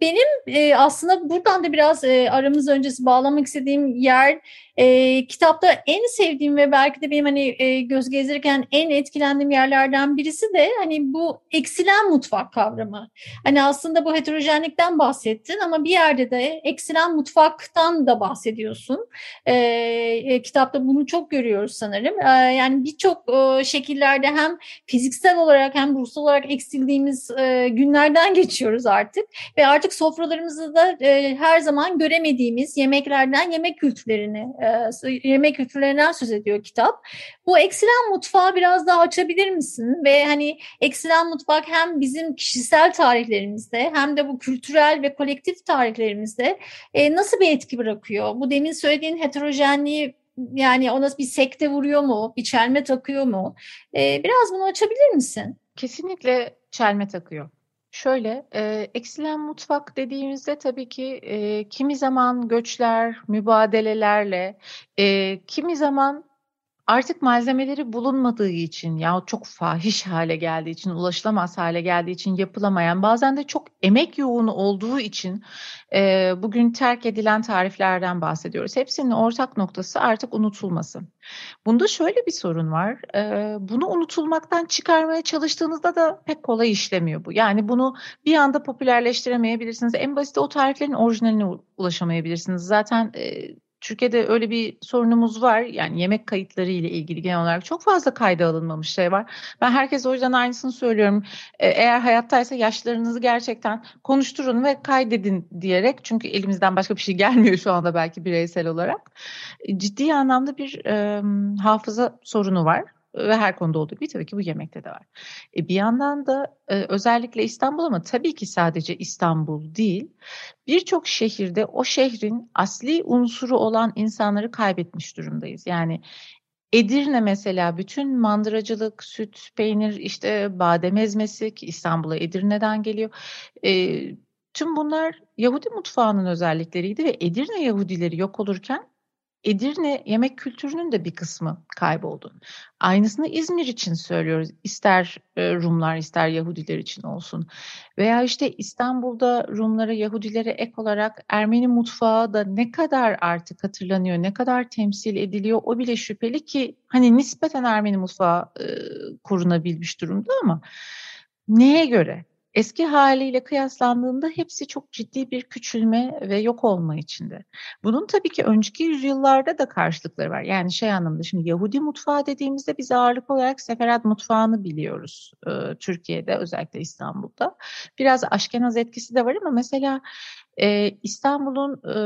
benim e, aslında buradan da biraz e, aramız öncesi bağlamak istediğim yer, e, kitapta en sevdiğim ve belki de benim hani e, göz gezdirirken en etkilendiğim yerlerden birisi de hani bu eksilen mutfak kavramı. Hani aslında bu heterojenlikten bahsettin ama bir yerde de eksilen mutfaktan da bahsediyorsun. E, e, kitapta bunu çok görüyoruz sanırım. E, yani birçok e, şekillerde hem fiziksel olarak hem ruhsal olarak eksildiğimiz e, günlerden geçiyoruz artık ve artık sofralarımızda da e, her zaman göremediğimiz yemeklerden, yemek kültürlerini, e, yemek kültürlerinden söz ediyor kitap. Bu eksilen mutfağı biraz daha açabilir misin? Ve hani eksilen mutfak hem bizim kişisel tarihlerimizde hem de bu kültürel ve kolektif tarihlerimizde e, nasıl bir etki bırakıyor? Bu demin söylediğin heterojenliği, yani ona bir sekte vuruyor mu, bir çelme takıyor mu? Ee, biraz bunu açabilir misin? Kesinlikle çelme takıyor. Şöyle, e, eksilen mutfak dediğimizde tabii ki e, kimi zaman göçler, mübadelelerle, e, kimi zaman artık malzemeleri bulunmadığı için yahut çok fahiş hale geldiği için, ulaşılamaz hale geldiği için yapılamayan, bazen de çok emek yoğunu olduğu için e, bugün terk edilen tariflerden bahsediyoruz. Hepsinin ortak noktası artık unutulması. Bunda şöyle bir sorun var. E, bunu unutulmaktan çıkarmaya çalıştığınızda da pek kolay işlemiyor bu. Yani bunu bir anda popülerleştiremeyebilirsiniz. En basit o tariflerin orijinaline ulaşamayabilirsiniz. Zaten e, Türkiye'de öyle bir sorunumuz var. Yani yemek kayıtları ile ilgili genel olarak çok fazla kayda alınmamış şey var. Ben herkese o yüzden aynısını söylüyorum. Eğer hayattaysa yaşlarınızı gerçekten konuşturun ve kaydedin diyerek. Çünkü elimizden başka bir şey gelmiyor şu anda belki bireysel olarak. Ciddi anlamda bir e, hafıza sorunu var. Ve her konuda olduğu gibi tabii ki bu yemekte de var. E bir yandan da e, özellikle İstanbul, ama tabii ki sadece İstanbul değil, birçok şehirde o şehrin asli unsuru olan insanları kaybetmiş durumdayız. Yani Edirne mesela bütün mandıracılık, süt, peynir, işte badem ezmesi ki İstanbul'a Edirne'den geliyor. E, tüm bunlar Yahudi mutfağının özellikleriydi ve Edirne Yahudileri yok olurken Edirne yemek kültürünün de bir kısmı kayboldu. Aynısını İzmir için söylüyoruz. İster Rumlar ister Yahudiler için olsun. Veya işte İstanbul'da Rumlara, Yahudilere ek olarak Ermeni mutfağı da ne kadar artık hatırlanıyor, ne kadar temsil ediliyor o bile şüpheli ki hani nispeten Ermeni mutfağı e, korunabilmiş durumda ama neye göre? Eski haliyle kıyaslandığında hepsi çok ciddi bir küçülme ve yok olma içinde. Bunun tabii ki önceki yüzyıllarda da karşılıkları var. Yani şey anlamda, şimdi Yahudi mutfağı dediğimizde biz ağırlık olarak Seferat mutfağını biliyoruz e, Türkiye'de, özellikle İstanbul'da. Biraz Aşkenaz etkisi de var ama mesela e, İstanbul'un e,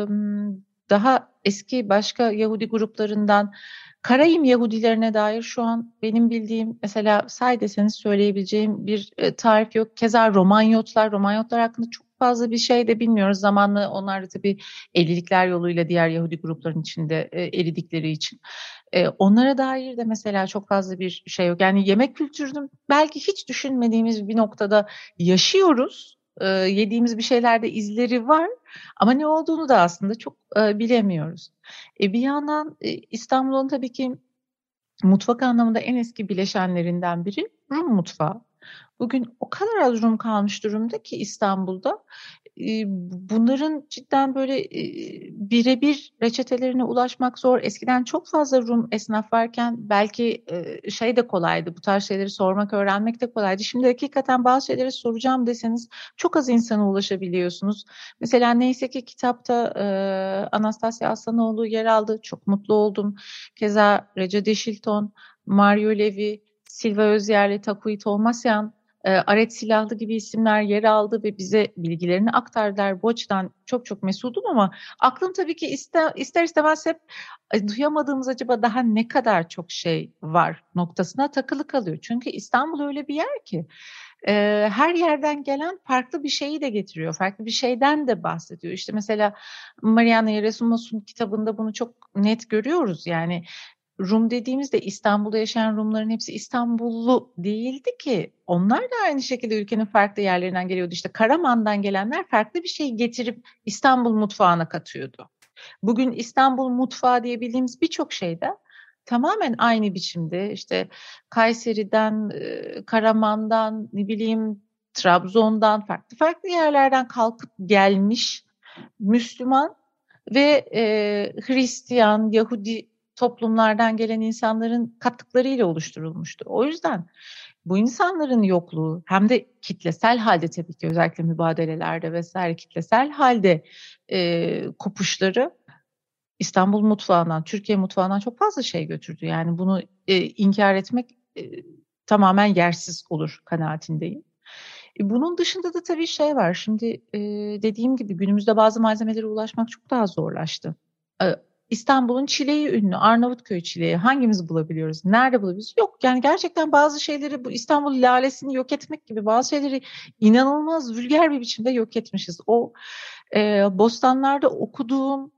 daha eski başka Yahudi gruplarından Karayim Yahudilerine dair şu an benim bildiğim, mesela say deseniz söyleyebileceğim bir e, tarif yok. Keza Romanyotlar, Romanyotlar hakkında çok fazla bir şey de bilmiyoruz. Zamanla onlar da tabii evlilikler yoluyla diğer Yahudi grupların içinde e, eridikleri için. E, onlara dair de mesela çok fazla bir şey yok. Yani yemek kültürünün belki hiç düşünmediğimiz bir noktada yaşıyoruz. E, yediğimiz bir şeylerde izleri var ama ne olduğunu da aslında çok e, bilemiyoruz. E, bir yandan e, İstanbul'un tabii ki mutfak anlamında en eski bileşenlerinden biri Rum mutfağı. Bugün o kadar az Rum kalmış durumda ki İstanbul'da e, bunların cidden böyle e, birebir reçetelerine ulaşmak zor. Eskiden çok fazla Rum esnaf varken belki e, şey de kolaydı, bu tarz şeyleri sormak, öğrenmek de kolaydı. Şimdi hakikaten bazı şeyleri soracağım deseniz çok az insana ulaşabiliyorsunuz. Mesela neyse ki kitapta e, Anastasia Aslanoğlu yer aldı. Çok mutlu oldum. Keza Reca Deşilton, Mario Levi, Silva Özyerli, Takuit Olmasyan, e, Aret Silahlı gibi isimler yer aldı ve bize bilgilerini aktardılar. Bu açıdan çok çok mesudum ama aklım tabii ki ister, ister istemez hep e, duyamadığımız acaba daha ne kadar çok şey var noktasına takılı kalıyor. Çünkü İstanbul öyle bir yer ki e, her yerden gelen farklı bir şeyi de getiriyor. Farklı bir şeyden de bahsediyor. İşte mesela Mariana Yeresumas'un kitabında bunu çok net görüyoruz. Yani Rum dediğimizde İstanbul'da yaşayan Rumların hepsi İstanbullu değildi ki. Onlar da aynı şekilde ülkenin farklı yerlerinden geliyordu. İşte Karaman'dan gelenler farklı bir şey getirip İstanbul mutfağına katıyordu. Bugün İstanbul mutfağı diye bildiğimiz birçok şeyde tamamen aynı biçimde, işte Kayseri'den, Karaman'dan, ne bileyim Trabzon'dan, farklı farklı yerlerden kalkıp gelmiş Müslüman ve e, Hristiyan, Yahudi toplumlardan gelen insanların kattıklarıyla oluşturulmuştu. O yüzden bu insanların yokluğu hem de kitlesel halde, tabii ki özellikle mübadelelerde vesaire kitlesel halde e, kopuşları İstanbul mutfağından, Türkiye mutfağından çok fazla şey götürdü. Yani bunu e, inkar etmek e, tamamen yersiz olur kanaatindeyim. E, bunun dışında da tabii şey var. Şimdi e, dediğim gibi günümüzde bazı malzemelere ulaşmak çok daha zorlaştı. E, İstanbul'un çileği ünlü, Arnavutköy çileği hangimiz bulabiliyoruz? Nerede bulabiliyoruz? Yok, yani gerçekten bazı şeyleri, bu İstanbul lalesini yok etmek gibi bazı şeyleri inanılmaz vulgar bir biçimde yok etmişiz. O e, bostanlarda okuduğum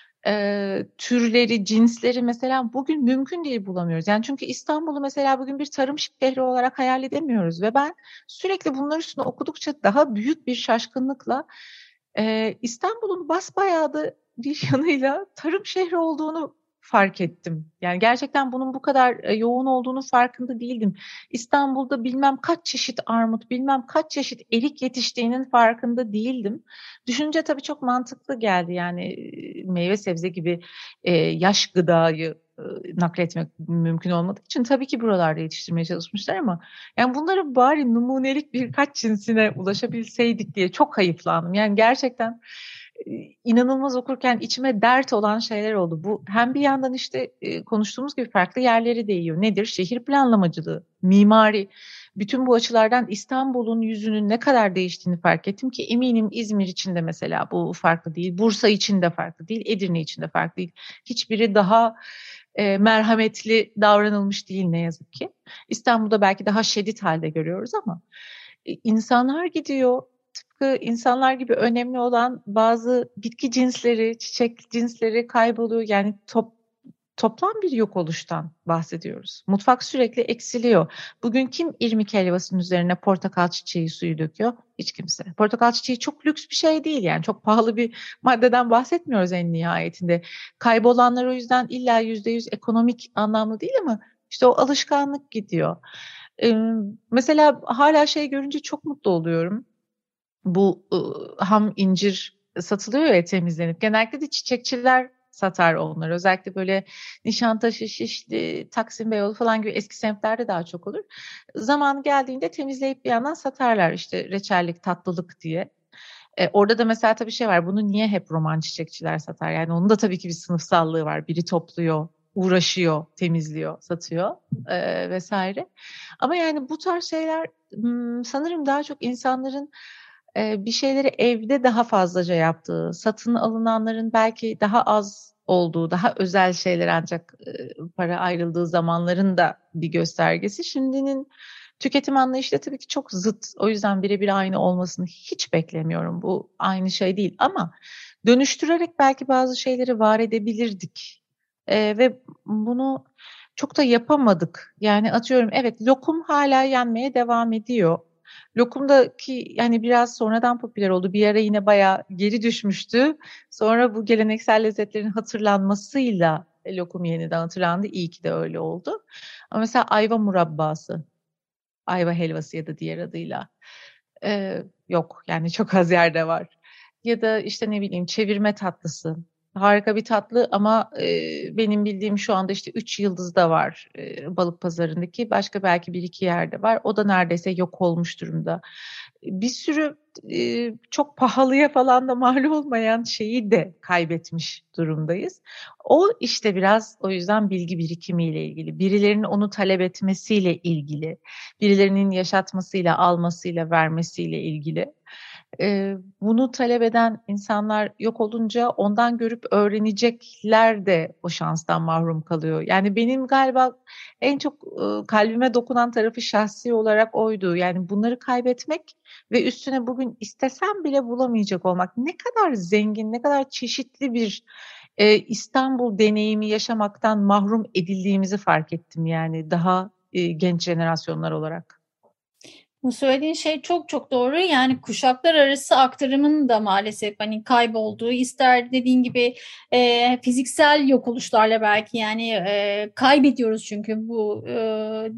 e, türleri, cinsleri mesela bugün mümkün değil bulamıyoruz. Yani çünkü İstanbul'u mesela bugün bir tarım şehri olarak hayal edemiyoruz ve ben sürekli bunlar üstüne okudukça daha büyük bir şaşkınlıkla e, İstanbul'un basbayağı da bir yanıyla tarım şehri olduğunu fark ettim. Yani gerçekten bunun bu kadar e, yoğun olduğunu farkında değildim. İstanbul'da bilmem kaç çeşit armut, bilmem kaç çeşit erik yetiştiğinin farkında değildim. Düşünce tabii çok mantıklı geldi. Yani e, meyve sebze gibi e, yaş gıdayı e, nakletmek mümkün olmadığı için tabii ki buralarda yetiştirmeye çalışmışlar ama yani bunları bari numunelik birkaç cinsine ulaşabilseydik diye çok hayıflandım. Yani gerçekten inanılmaz okurken içime dert olan şeyler oldu. Bu hem bir yandan işte konuştuğumuz gibi farklı yerleri değiyor. Nedir? Şehir planlamacılığı, mimari. Bütün bu açılardan İstanbul'un yüzünün ne kadar değiştiğini fark ettim ki eminim İzmir için de mesela bu farklı değil. Bursa için de farklı değil. Edirne için de farklı değil. Hiçbiri daha e, merhametli davranılmış değil ne yazık ki. İstanbul'da belki daha şiddet halde görüyoruz ama e, insanlar gidiyor. Tıpkı insanlar gibi önemli olan bazı bitki cinsleri, çiçek cinsleri kayboluyor. Yani top, toplam bir yok oluştan bahsediyoruz. Mutfak sürekli eksiliyor. Bugün kim irmik helvasının üzerine portakal çiçeği suyu döküyor? Hiç kimse. Portakal çiçeği çok lüks bir şey değil, yani çok pahalı bir maddeden bahsetmiyoruz en nihayetinde. Kaybolanlar o yüzden illa yüzde yüz ekonomik anlamlı değil ama işte o alışkanlık gidiyor. Ee, mesela hala şey görünce çok mutlu oluyorum. Bu ıı, ham incir satılıyor ya temizlenip. Genellikle de çiçekçiler satar onları. Özellikle böyle Nişantaşı, Şişli, Taksim Beyoğlu falan gibi eski semtlerde daha çok olur. Zamanı geldiğinde temizleyip bir yandan satarlar işte reçellik, tatlılık diye. E, orada da mesela tabii şey var. Bunu niye hep roman çiçekçiler satar? Yani onun da tabii ki bir sınıfsallığı var. Biri topluyor, uğraşıyor, temizliyor, satıyor e, vesaire. Ama yani bu tarz şeyler sanırım daha çok insanların bir şeyleri evde daha fazlaca yaptığı, satın alınanların belki daha az olduğu, daha özel şeyler ancak para ayrıldığı zamanların da bir göstergesi. Şimdinin tüketim anlayışı da tabii ki çok zıt. O yüzden birebir aynı olmasını hiç beklemiyorum. Bu aynı şey değil ama dönüştürerek belki bazı şeyleri var edebilirdik. Ee, ve bunu çok da yapamadık. Yani atıyorum evet, lokum hala yenmeye devam ediyor. Lokumdaki yani biraz sonradan popüler oldu. Bir ara yine bayağı geri düşmüştü. Sonra bu geleneksel lezzetlerin hatırlanmasıyla lokum yeniden hatırlandı. İyi ki de öyle oldu. Ama mesela ayva murabbası, ayva helvası ya da diğer adıyla ee, yok. Yani çok az yerde var. Ya da işte ne bileyim çevirme tatlısı. Harika bir tatlı ama e, benim bildiğim şu anda işte üç yıldızda var e, balık pazarındaki. Başka belki bir iki yerde var. O da neredeyse yok olmuş durumda. Bir sürü e, çok pahalıya falan da mal olmayan şeyi de kaybetmiş durumdayız. O işte biraz o yüzden bilgi birikimiyle ilgili. Birilerinin onu talep etmesiyle ilgili. Birilerinin yaşatmasıyla, almasıyla, vermesiyle ilgili. Ee, bunu talep eden insanlar yok olunca ondan görüp öğrenecekler de o şanstan mahrum kalıyor. Yani benim galiba en çok e, kalbime dokunan tarafı şahsi olarak oydu. Yani bunları kaybetmek ve üstüne bugün istesem bile bulamayacak olmak. Ne kadar zengin, ne kadar çeşitli bir e, İstanbul deneyimi yaşamaktan mahrum edildiğimizi fark ettim. Yani daha e, genç jenerasyonlar olarak. Bu söylediğin şey çok çok doğru. Yani kuşaklar arası aktarımın da maalesef hani kaybolduğu, ister dediğin gibi e, fiziksel yok oluşlarla belki yani e, kaybediyoruz çünkü bu e,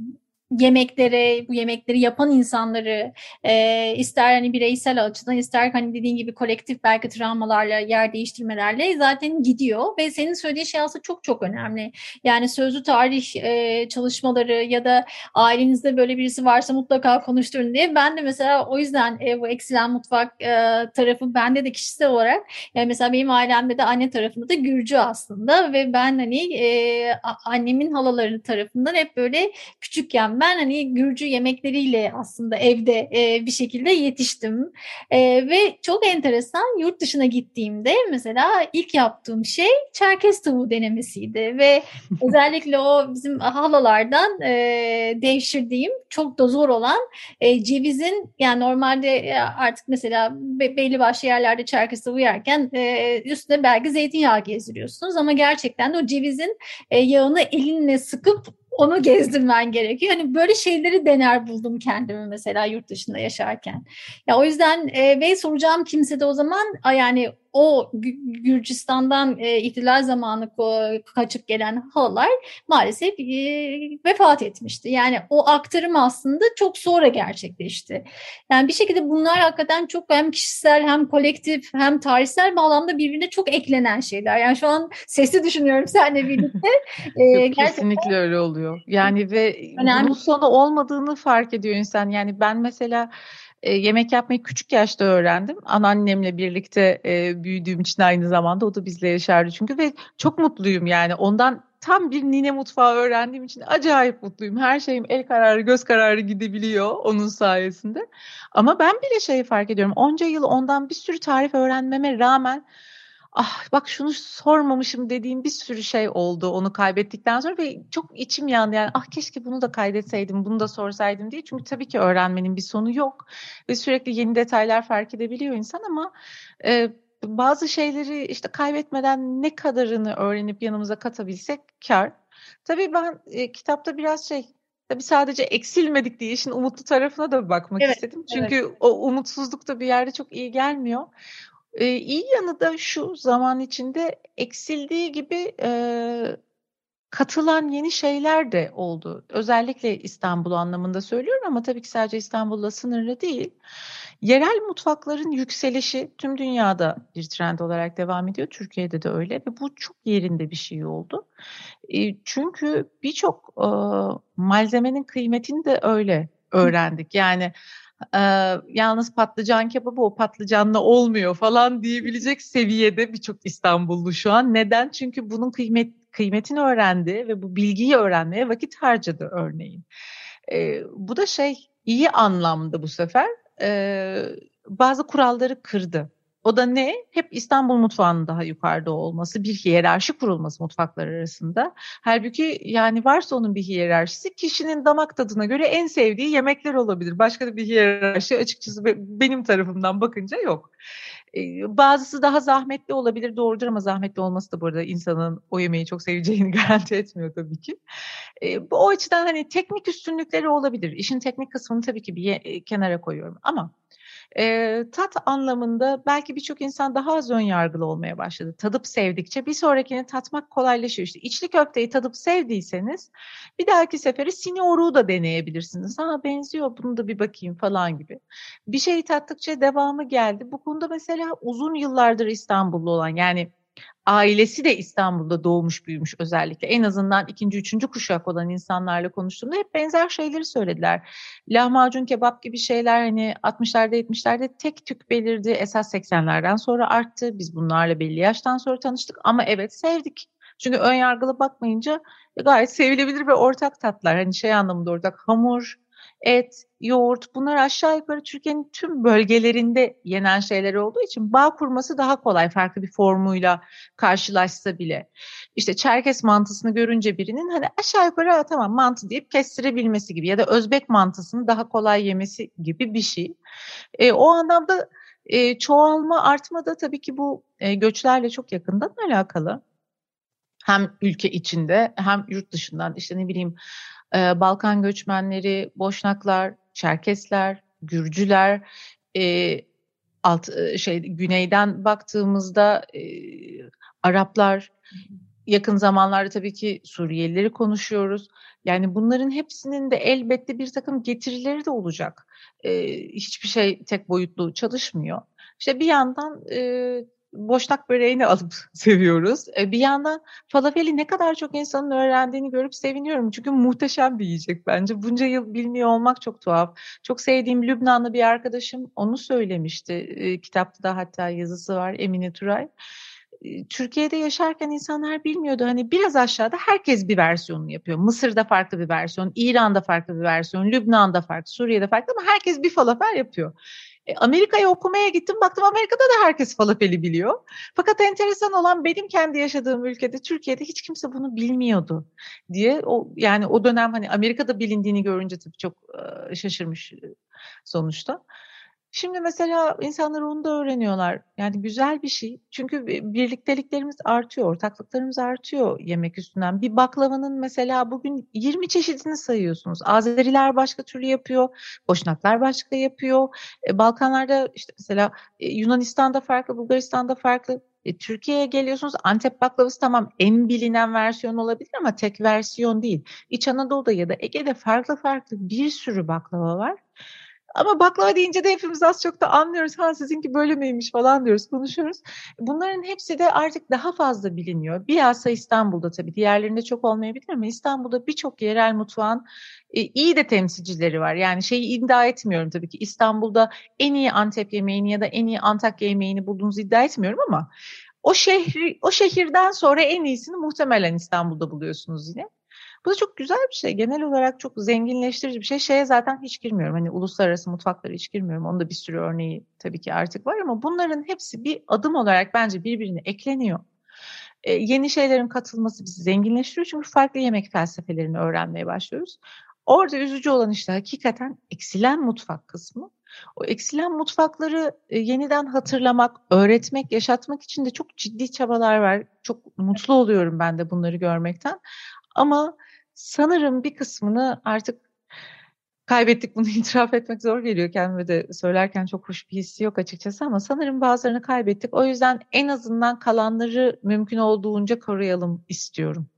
yemeklere, bu yemekleri yapan insanları e, ister hani bireysel açıdan ister hani dediğin gibi kolektif belki travmalarla, yer değiştirmelerle zaten gidiyor ve senin söylediğin şey aslında çok çok önemli. Yani sözlü tarih e, çalışmaları ya da ailenizde böyle birisi varsa mutlaka konuşturun diye. Ben de mesela o yüzden e, bu eksilen mutfak e, tarafı bende de kişisel olarak, yani mesela benim ailemde de anne tarafında da Gürcü aslında ve ben hani e, annemin halaları tarafından hep böyle küçükken ben hani Gürcü yemekleriyle aslında evde e, bir şekilde yetiştim. E, ve çok enteresan, yurt dışına gittiğimde mesela ilk yaptığım şey Çerkez tavuğu denemesiydi ve özellikle o bizim halalardan e, devşirdiğim çok da zor olan e, cevizin, yani normalde artık mesela be, belli başlı yerlerde Çerkez tavuğu yerken e, üstüne belki zeytinyağı gezdiriyorsunuz ama gerçekten de o cevizin e, yağını elinle sıkıp onu gezdirmen gerekiyor. Hani böyle şeyleri dener buldum kendimi mesela yurt dışında yaşarken. Ya o yüzden e, ve soracağım kimse de o zaman yani o Gürcistan'dan e, ihtilal zamanı kaçıp gelen halalar maalesef e, vefat etmişti. Yani o aktarım aslında çok sonra gerçekleşti. Yani bir şekilde bunlar hakikaten çok hem kişisel hem kolektif hem tarihsel bağlamda birbirine çok eklenen şeyler. Yani şu an sesli düşünüyorum seninle birlikte. E, Yok, kesinlikle öyle oluyor. Yani ve önemli. Bunun sonu olmadığını fark ediyor insan. Yani ben mesela E, yemek yapmayı küçük yaşta öğrendim. Anneannemle birlikte e, büyüdüğüm için aynı zamanda o da bizle yaşardı çünkü ve çok mutluyum yani. Ondan tam bir nine mutfağı öğrendiğim için acayip mutluyum. Her şeyim el kararı, göz kararı gidebiliyor onun sayesinde. Ama ben bile şeyi fark ediyorum. Onca yıl ondan bir sürü tarif öğrenmeme rağmen ah bak şunu sormamışım dediğim bir sürü şey oldu onu kaybettikten sonra ve çok içim yandı yani ah keşke bunu da kaydetseydim, bunu da sorsaydım diye. Çünkü tabii ki öğrenmenin bir sonu yok ve sürekli yeni detaylar fark edebiliyor insan ama e, bazı şeyleri işte kaybetmeden ne kadarını öğrenip yanımıza katabilsek kâr. Tabii ben e, kitapta biraz şey tabii sadece eksilmedik diye işin umutlu tarafına da bakmak evet, istedim. Çünkü evet. O umutsuzluk da bir yerde çok iyi gelmiyor. Ee, iyi yanı da şu, zaman içinde eksildiği gibi e, katılan yeni şeyler de oldu. Özellikle İstanbul anlamında söylüyorum ama tabii ki sadece İstanbul'la sınırlı değil. Yerel mutfakların yükselişi tüm dünyada bir trend olarak devam ediyor. Türkiye'de de öyle ve bu çok yerinde bir şey oldu. E, çünkü birçok e, malzemenin kıymetini de öyle öğrendik. Yani Ee, yalnız patlıcan kebabı o patlıcanla olmuyor falan diyebilecek seviyede birçok İstanbullu şu an. Neden? Çünkü bunun kıymet, kıymetini öğrendi ve bu bilgiyi öğrenmeye vakit harcadı örneğin. Ee, bu da şey iyi anlamda bu sefer ee, bazı kuralları kırdı. O da ne? Hep İstanbul mutfağının daha yukarıda olması, bir hiyerarşi kurulması mutfaklar arasında. Halbuki yani varsa onun bir hiyerarşisi, kişinin damak tadına göre en sevdiği yemekler olabilir. Başka da bir hiyerarşi açıkçası benim tarafımdan bakınca yok. Ee, bazısı daha zahmetli olabilir, doğrudur ama zahmetli olması da bu arada insanın o yemeği çok seveceğini garanti etmiyor tabii ki. Ee, bu o açıdan hani teknik üstünlükleri olabilir. İşin teknik kısmını tabii ki bir ye- kenara koyuyorum ama E, tat anlamında belki birçok insan daha az ön yargılı olmaya başladı. Tadıp sevdikçe bir sonrakini tatmak kolaylaşıyor. İşte içli köfteyi tadıp sevdiyseniz bir dahaki sefere sinioruğu da deneyebilirsiniz. Ha benziyor, bunu da bir bakayım falan gibi. Bir şeyi tattıkça devamı geldi. Bu konuda mesela uzun yıllardır İstanbullu olan, yani ailesi de İstanbul'da doğmuş büyümüş, özellikle en azından ikinci, üçüncü kuşak olan insanlarla konuştuğumda hep benzer şeyleri söylediler. Lahmacun, kebap gibi şeyler hani altmışlarda yetmişlerde tek tük belirdi. Esas seksenlerden sonra arttı. Biz bunlarla belli yaştan sonra tanıştık ama evet sevdik. Çünkü ön yargılı bakmayınca gayet sevilebilir ve ortak tatlar. Hani şey anlamında ortak, hamur, et, yoğurt, bunlar aşağı yukarı Türkiye'nin tüm bölgelerinde yenen şeyler olduğu için bağ kurması daha kolay, farklı bir formuyla karşılaşsa bile. İşte Çerkes mantısını görünce birinin hani aşağı yukarı tamam mantı deyip kestirebilmesi gibi ya da Özbek mantısını daha kolay yemesi gibi bir şey. E, o anlamda e, çoğalma, artma da tabii ki bu e, göçlerle çok yakından alakalı. Hem ülke içinde hem yurt dışından, işte ne bileyim e, Balkan göçmenleri, Boşnaklar, Çerkesler, Gürcüler, e, alt e, şey güneyden baktığımızda e, Araplar, yakın zamanlarda tabii ki Suriyelileri konuşuyoruz. Yani bunların hepsinin de elbette bir takım getirileri de olacak. Ee, hiçbir şey tek boyutlu çalışmıyor. İşte bir yandan e, boşnak böreğini alıp seviyoruz. E, bir yandan falafeli ne kadar çok insanın öğrendiğini görüp seviniyorum. Çünkü muhteşem bir yiyecek bence. Bunca yıl bilmiyor olmak çok tuhaf. Çok sevdiğim Lübnanlı bir arkadaşım onu söylemişti. E, kitapta da hatta yazısı var, Emine Turay. Türkiye'de yaşarken insanlar bilmiyordu. Hani biraz aşağıda herkes bir versiyonunu yapıyor. Mısır'da farklı bir versiyon, İran'da farklı bir versiyon, Lübnan'da farklı, Suriye'de farklı ama herkes bir falafel yapıyor. E, Amerika'ya okumaya gittim. Baktım Amerika'da da herkes falafeli biliyor. Fakat enteresan olan benim kendi yaşadığım ülkede, Türkiye'de hiç kimse bunu bilmiyordu diye. O, yani o dönem hani Amerika'da bilindiğini görünce tabii çok e, şaşırmış sonuçta. Şimdi mesela insanlar onu da öğreniyorlar. Yani güzel bir şey. Çünkü birlikteliklerimiz artıyor, ortaklıklarımız artıyor yemek üstünden. Bir baklavanın mesela bugün yirmi çeşidini sayıyorsunuz. Azeriler başka türlü yapıyor, Boşnaklar başka yapıyor. E, Balkanlarda işte mesela e, Yunanistan'da farklı, Bulgaristan'da farklı. E, Türkiye'ye geliyorsunuz, Antep baklavası tamam en bilinen versiyon olabilir ama tek versiyon değil. İç Anadolu'da ya da Ege'de farklı farklı bir sürü baklava var. Ama baklava deyince de hepimiz az çok da anlıyoruz. Ha sizinki böyle miymiş falan diyoruz, konuşuyoruz. Bunların hepsi de artık daha fazla biliniyor. Bilhassa İstanbul'da tabii. Diğerlerinde çok olmayabilir ama İstanbul'da birçok yerel mutfağın e, iyi de temsilcileri var. Yani şeyi iddia etmiyorum tabii ki. İstanbul'da en iyi Antep yemeğini ya da en iyi Antakya yemeğini bulduğunuzu iddia etmiyorum ama o şehri, o şehirden sonra en iyisini muhtemelen İstanbul'da buluyorsunuz yine. Bu da çok güzel bir şey. Genel olarak çok zenginleştirici bir şey. Şeye zaten hiç girmiyorum. Hani uluslararası mutfaklara hiç girmiyorum. Onun da bir sürü örneği tabii ki artık var ama bunların hepsi bir adım olarak bence birbirine ekleniyor. Ee, yeni şeylerin katılması bizi zenginleştiriyor. Çünkü farklı yemek felsefelerini öğrenmeye başlıyoruz. Orada üzücü olan işte hakikaten eksilen mutfak kısmı. O eksilen mutfakları e, yeniden hatırlamak, öğretmek, yaşatmak için de çok ciddi çabalar var. Çok mutlu oluyorum ben de bunları görmekten. Ama sanırım bir kısmını artık kaybettik, bunu itiraf etmek zor geliyor kendime de, söylerken çok hoş bir hissi yok açıkçası ama sanırım bazılarını kaybettik. O yüzden en azından kalanları mümkün olduğunca koruyalım istiyorum.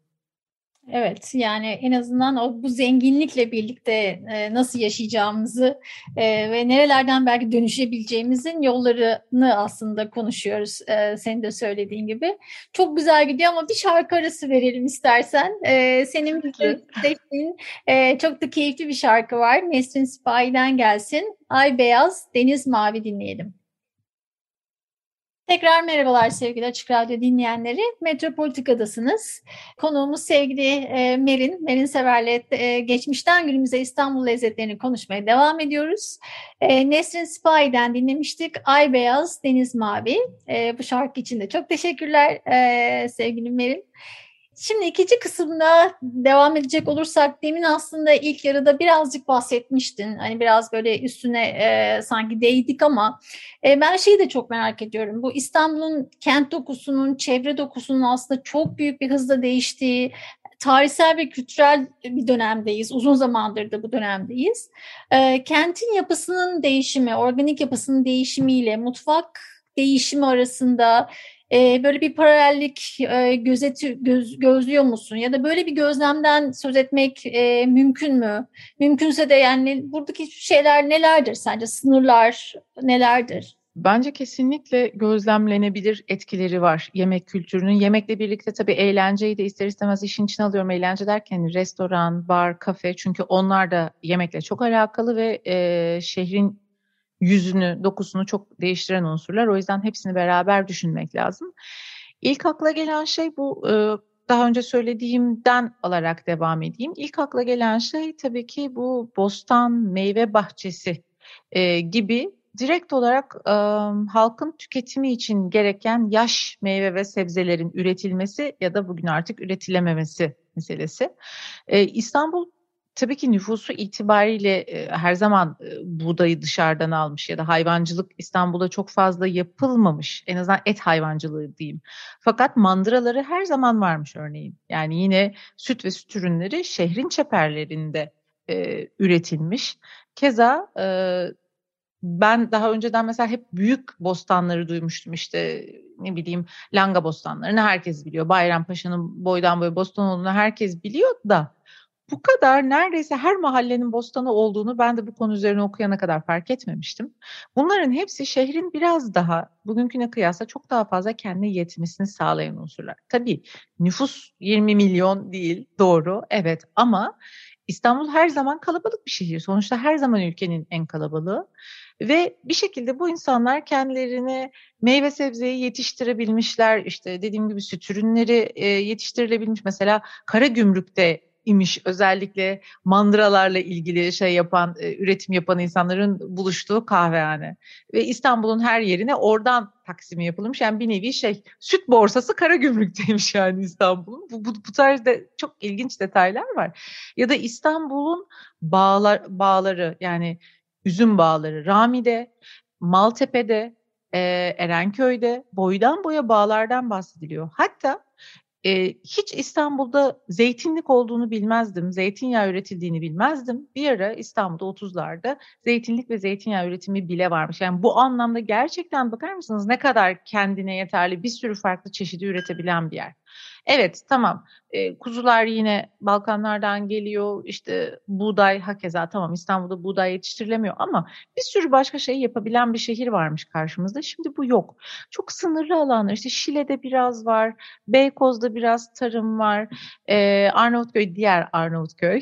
Evet, yani en azından o bu zenginlikle birlikte e, nasıl yaşayacağımızı e, ve nerelerden belki dönüşebileceğimizin yollarını aslında konuşuyoruz. E, senin de söylediğin gibi. Çok güzel gidiyor ama bir şarkı arası verelim istersen. E, senin bize seçtiğin e, çok da keyifli bir şarkı var. Nesrin Sipahi'den gelsin. Ay beyaz, deniz mavi dinleyelim. Tekrar merhabalar sevgili Açık Radyo dinleyenleri. Metropolitika'dasınız. Konuğumuz sevgili e, Merin. Merin Sever'le e, geçmişten günümüze İstanbul lezzetlerini konuşmaya devam ediyoruz. E, Nesrin Sipahi'den dinlemiştik. Ay beyaz, deniz mavi. E, bu şarkı için de çok teşekkürler e, sevgili Merin. Şimdi ikinci kısımda devam edecek olursak, demin aslında ilk yarıda birazcık bahsetmiştin. Hani biraz böyle üstüne e, sanki değdik ama e, ben şeyi de çok merak ediyorum. Bu İstanbul'un kent dokusunun, çevre dokusunun aslında çok büyük bir hızla değiştiği, tarihsel ve kültürel bir dönemdeyiz. Uzun zamandır da bu dönemdeyiz. E, kentin yapısının değişimi, organik yapısının değişimiyle mutfak değişimi arasında Ee, böyle bir paralellik e, gözeti, göz, gözlüyor musun? Ya da böyle bir gözlemden söz etmek e, mümkün mü? Mümkünse de yani buradaki şeyler nelerdir sence? Sınırlar nelerdir? Bence kesinlikle gözlemlenebilir etkileri var yemek kültürünün. Yemekle birlikte tabii eğlenceyi de ister istemez işin içine alıyorum. Eğlence derken restoran, bar, kafe, çünkü onlar da yemekle çok alakalı ve e, şehrin yüzünü, dokusunu çok değiştiren unsurlar. O yüzden hepsini beraber düşünmek lazım. İlk akla gelen şey bu, daha önce söylediğimden alarak devam edeyim. İlk akla gelen şey tabii ki bu bostan, meyve bahçesi gibi direkt olarak halkın tüketimi için gereken yaş meyve ve sebzelerin üretilmesi ya da bugün artık üretilememesi meselesi. İstanbul tabii ki nüfusu itibariyle e, her zaman e, buğdayı dışarıdan almış ya da hayvancılık İstanbul'da çok fazla yapılmamış. En azından et hayvancılığı diyeyim. Fakat mandıraları her zaman varmış örneğin. Yani yine süt ve süt ürünleri şehrin çeperlerinde e, üretilmiş. Keza e, ben daha önceden mesela hep büyük bostanları duymuştum, işte ne bileyim Langa bostanlarını herkes biliyor. Bayrampaşa'nın boydan boya bostan olduğunu herkes biliyor da bu kadar neredeyse her mahallenin bostanı olduğunu ben de bu konu üzerine okuyana kadar fark etmemiştim. Bunların hepsi şehrin biraz daha bugünküne kıyasla çok daha fazla kendine yetmesini sağlayan unsurlar. Tabii nüfus yirmi milyon değil, doğru, evet, ama İstanbul her zaman kalabalık bir şehir. Sonuçta her zaman ülkenin en kalabalığı. Ve bir şekilde bu insanlar kendilerine meyve sebzeyi yetiştirebilmişler. İşte dediğim gibi süt ürünleri e, yetiştirilebilmiş. Mesela Karagümrük'te imiş özellikle mandıralarla ilgili şey yapan, e, üretim yapan insanların buluştuğu kahvehane. Ve İstanbul'un her yerine oradan taksimi yapılmış. Yani bir nevi şey, süt borsası Karagümrük'teymiş yani İstanbul'un. Bu, bu, bu tarzda çok ilginç detaylar var. Ya da İstanbul'un bağlar, bağları yani üzüm bağları Rami'de, Maltepe'de, e, Erenköy'de boydan boya bağlardan bahsediliyor. Hatta e, hiç İstanbul'da zeytinlik olduğunu bilmezdim, zeytinyağı üretildiğini bilmezdim. Bir ara İstanbul'da otuzlarda zeytinlik ve zeytinyağı üretimi bile varmış. Yani bu anlamda gerçekten bakar mısınız ne kadar kendine yeterli bir sürü farklı çeşidi üretebilen bir yer. Evet, tamam, e, kuzular yine Balkanlardan geliyor, işte buğday hakeza, tamam İstanbul'da buğday yetiştirilemiyor ama bir sürü başka şey yapabilen bir şehir varmış karşımızda. Şimdi bu yok. Çok sınırlı alanlar, işte Şile'de biraz var, Beykoz'da biraz tarım var, e, Arnavutköy, diğer Arnavutköy,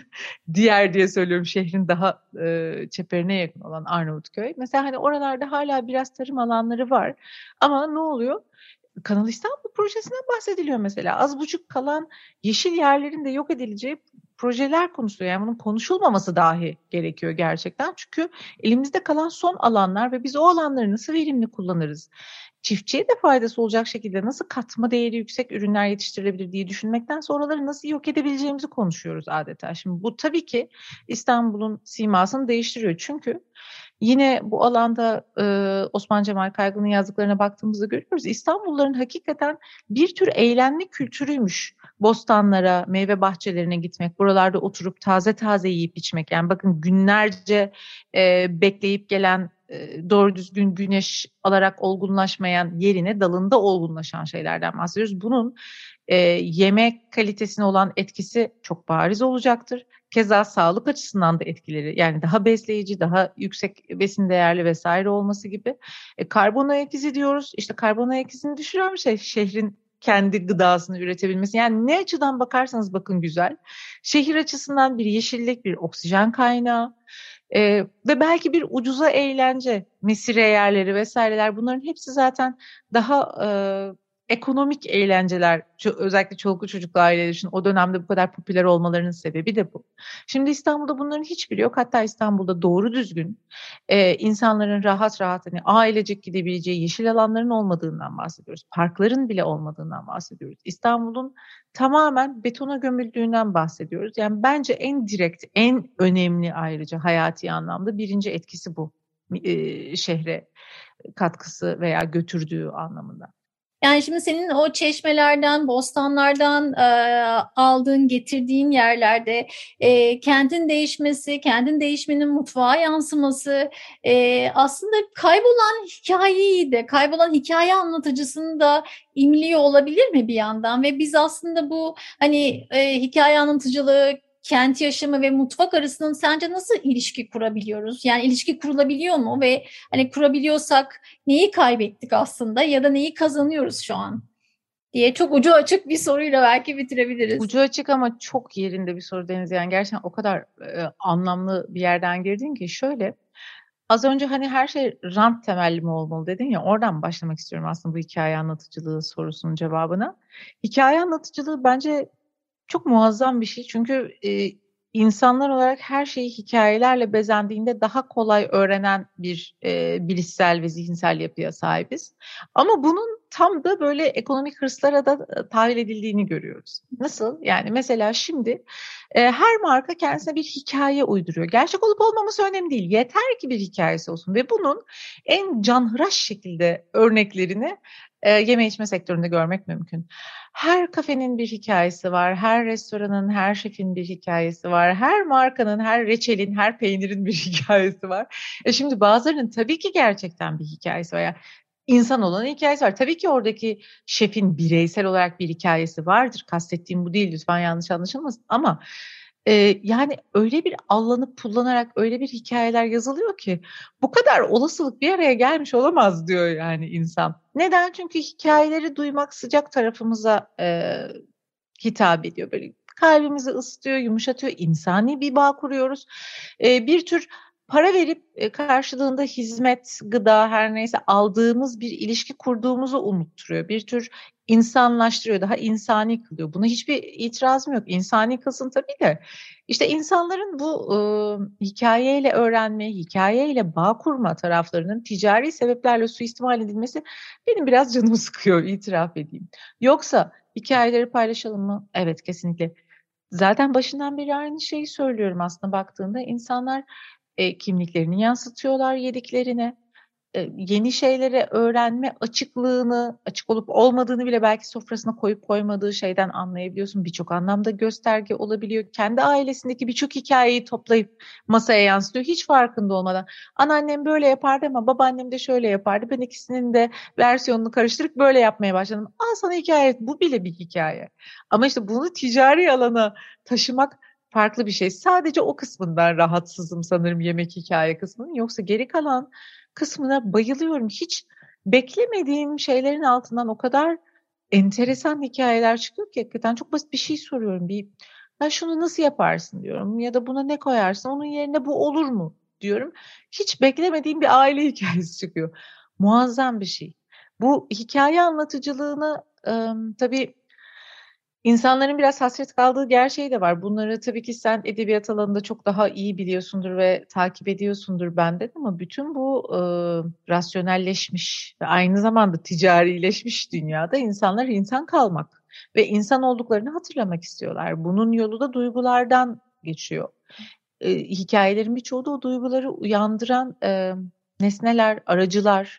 diğer diye söylüyorum şehrin daha e, çeperine yakın olan Arnavutköy. Mesela hani oralarda hala biraz tarım alanları var ama ne oluyor? Kanal İstanbul projesinden bahsediliyor mesela. Az buçuk kalan yeşil yerlerin de yok edileceği projeler konuşuluyor. Yani bunun konuşulmaması dahi gerekiyor gerçekten. Çünkü elimizde kalan son alanlar ve biz o alanları nasıl verimli kullanırız? Çiftçiye de faydası olacak şekilde nasıl katma değeri yüksek ürünler yetiştirilebilir diye düşünmekten sonraları nasıl yok edebileceğimizi konuşuyoruz adeta. Şimdi bu tabii ki İstanbul'un simasını değiştiriyor. Çünkü yine bu alanda e, Osman Cemal Kaygı'nın yazdıklarına baktığımızda görüyoruz. İstanbulluların hakikaten bir tür eğlenme kültürüymüş. Bostanlara, meyve bahçelerine gitmek, buralarda oturup taze taze yiyip içmek. Yani bakın günlerce e, bekleyip gelen, e, doğru düzgün güneş alarak olgunlaşmayan yerine dalında olgunlaşan şeylerden bahsediyoruz. Bunun e, yemek kalitesine olan etkisi çok bariz olacaktır. Keza sağlık açısından da etkileri, yani daha besleyici, daha yüksek besin değerli vesaire olması gibi. E, karbon ayak izi diyoruz. İşte karbon ayak izini düşüren bir şey şehrin kendi gıdasını üretebilmesi. Yani ne açıdan bakarsanız bakın güzel. Şehir açısından bir yeşillik, bir oksijen kaynağı e, ve belki bir ucuza eğlence, mesire yerleri vesaireler, bunların hepsi zaten daha e, ekonomik eğlenceler, özellikle çoluklu çocuklu aileler için o dönemde bu kadar popüler olmalarının sebebi de bu. Şimdi İstanbul'da bunların hiçbiri yok. Hatta İstanbul'da doğru düzgün e, insanların rahat rahat hani ailecek gidebileceği yeşil alanların olmadığından bahsediyoruz. Parkların bile olmadığından bahsediyoruz. İstanbul'un tamamen betona gömüldüğünden bahsediyoruz. Yani bence en direkt, en önemli ayrıca hayati anlamda birinci etkisi bu. E, şehre katkısı veya götürdüğü anlamında. Yani şimdi senin o çeşmelerden, bostanlardan e, aldığın, getirdiğin yerlerde e, kentin değişmesi, kentin değişmenin mutfağa yansıması, e, aslında kaybolan hikayeyi de, kaybolan hikaye anlatıcısını da imliyor olabilir mi bir yandan? Ve biz aslında bu hani e, hikaye anlatıcılığı, kent yaşamı ve mutfak arasında sence nasıl ilişki kurabiliyoruz? Yani ilişki kurulabiliyor mu ve hani kurabiliyorsak neyi kaybettik aslında ya da neyi kazanıyoruz şu an diye çok ucu açık bir soruyla belki bitirebiliriz. Ucu açık ama çok yerinde bir soru Deniz. Yani gerçekten o kadar e, anlamlı bir yerden girdin ki şöyle. Az önce hani her şey rant temelli mi olmalı dedin ya, oradan başlamak istiyorum aslında bu hikaye anlatıcılığı sorusunun cevabına. Hikaye anlatıcılığı bence çok muazzam bir şey çünkü e, insanlar olarak her şeyi hikayelerle bezendiğinde daha kolay öğrenen bir e, bilişsel ve zihinsel yapıya sahibiz. Ama bunun tam da böyle ekonomik hırslara da tahvil edildiğini görüyoruz. Nasıl? Yani mesela şimdi e, her marka kendisine bir hikaye uyduruyor. Gerçek olup olmaması önemli değil. Yeter ki bir hikayesi olsun ve bunun en canhıraş şekilde örneklerini e, yeme içme sektöründe görmek mümkün. Her kafenin bir hikayesi var, her restoranın, her şefin bir hikayesi var, her markanın, her reçelin, her peynirin bir hikayesi var. E şimdi bazılarının tabii ki gerçekten bir hikayesi var. Yani insan olan hikayesi var. Tabii ki oradaki şefin bireysel olarak bir hikayesi vardır. Kastettiğim bu değil, lütfen yanlış anlaşılmasın. Ama e, yani öyle bir allanıp pullanarak öyle bir hikayeler yazılıyor ki bu kadar olasılık bir araya gelmiş olamaz diyor yani insan. Neden? Çünkü hikayeleri duymak sıcak tarafımıza e, hitap ediyor. Böyle kalbimizi ısıtıyor, yumuşatıyor, insani bir bağ kuruyoruz. E, bir tür para verip e, karşılığında hizmet, gıda her neyse aldığımız bir ilişki kurduğumuzu unutturuyor. Bir tür insanlaştırıyor, daha insani kılıyor. Buna hiçbir itirazım yok. İnsani kılsın tabii de. İşte insanların bu e, hikayeyle öğrenme, hikayeyle bağ kurma taraflarının ticari sebeplerle suistimal edilmesi benim biraz canımı sıkıyor, itiraf edeyim. Yoksa hikayeleri paylaşalım mı? Evet, kesinlikle. Zaten başından beri aynı şeyi söylüyorum aslında baktığında. İnsanlar e, kimliklerini yansıtıyorlar yediklerine. E, yeni şeylere öğrenme açıklığını, açık olup olmadığını bile belki sofrasına koyup koymadığı şeyden anlayabiliyorsun. Birçok anlamda gösterge olabiliyor. Kendi ailesindeki birçok hikayeyi toplayıp masaya yansıtıyor hiç farkında olmadan. Anneannem böyle yapardı ama babaannem de şöyle yapardı. Ben ikisinin de versiyonunu karıştırıp böyle yapmaya başladım. Al sana hikaye, bu bile bir hikaye. Ama işte bunu ticari alana taşımak farklı bir şey. Sadece o kısmından rahatsızım sanırım, yemek hikaye kısmının. Yoksa geri kalan kısmına bayılıyorum. Hiç beklemediğim şeylerin altından o kadar enteresan hikayeler çıkıyor ki hakikaten çok basit bir şey soruyorum. Bir, ya şunu nasıl yaparsın diyorum ya da buna ne koyarsın, onun yerine bu olur mu diyorum. Hiç beklemediğim bir aile hikayesi çıkıyor. Muazzam bir şey. Bu hikaye anlatıcılığını ıı, tabii İnsanların biraz hasret kaldığı gerçeği de var. Bunları tabii ki sen edebiyat alanında çok daha iyi biliyorsundur ve takip ediyorsundur benden, ama bütün bu e, rasyonelleşmiş ve aynı zamanda ticarileşmiş dünyada insanlar insan kalmak ve insan olduklarını hatırlamak istiyorlar. Bunun yolu da duygulardan geçiyor. E, hikayelerin birçoğu da o duyguları uyandıran e, nesneler, aracılar.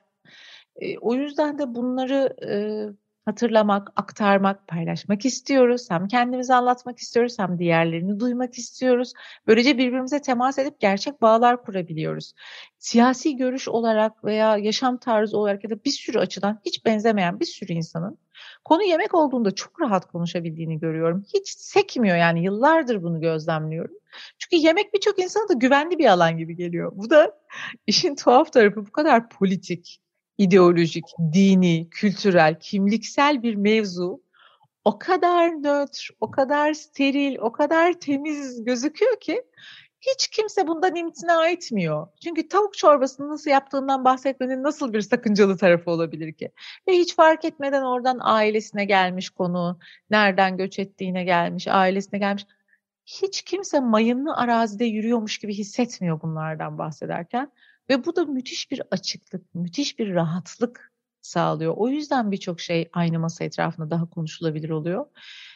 E, o yüzden de bunları e, hatırlamak, aktarmak, paylaşmak istiyoruz. Hem kendimizi anlatmak istiyoruz, hem diğerlerini duymak istiyoruz. Böylece birbirimize temas edip gerçek bağlar kurabiliyoruz. Siyasi görüş olarak veya yaşam tarzı olarak ya da bir sürü açıdan hiç benzemeyen bir sürü insanın konu yemek olduğunda çok rahat konuşabildiğini görüyorum. Hiç sekmiyor, yani yıllardır bunu gözlemliyorum. Çünkü yemek birçok insana da güvenli bir alan gibi geliyor. Bu da işin tuhaf tarafı, bu kadar politik, ideolojik, dini, kültürel, kimliksel bir mevzu o kadar nötr, o kadar steril, o kadar temiz gözüküyor ki hiç kimse bundan imtina etmiyor. Çünkü tavuk çorbasını nasıl yaptığından bahsetmenin nasıl bir sakıncalı tarafı olabilir ki? Ve hiç fark etmeden oradan ailesine gelmiş konu, nereden göç ettiğine gelmiş, ailesine gelmiş. Hiç kimse mayınlı arazide yürüyormuş gibi hissetmiyor bunlardan bahsederken. Ve bu da müthiş bir açıklık, müthiş bir rahatlık sağlıyor. O yüzden birçok şey aynı masa etrafında daha konuşulabilir oluyor.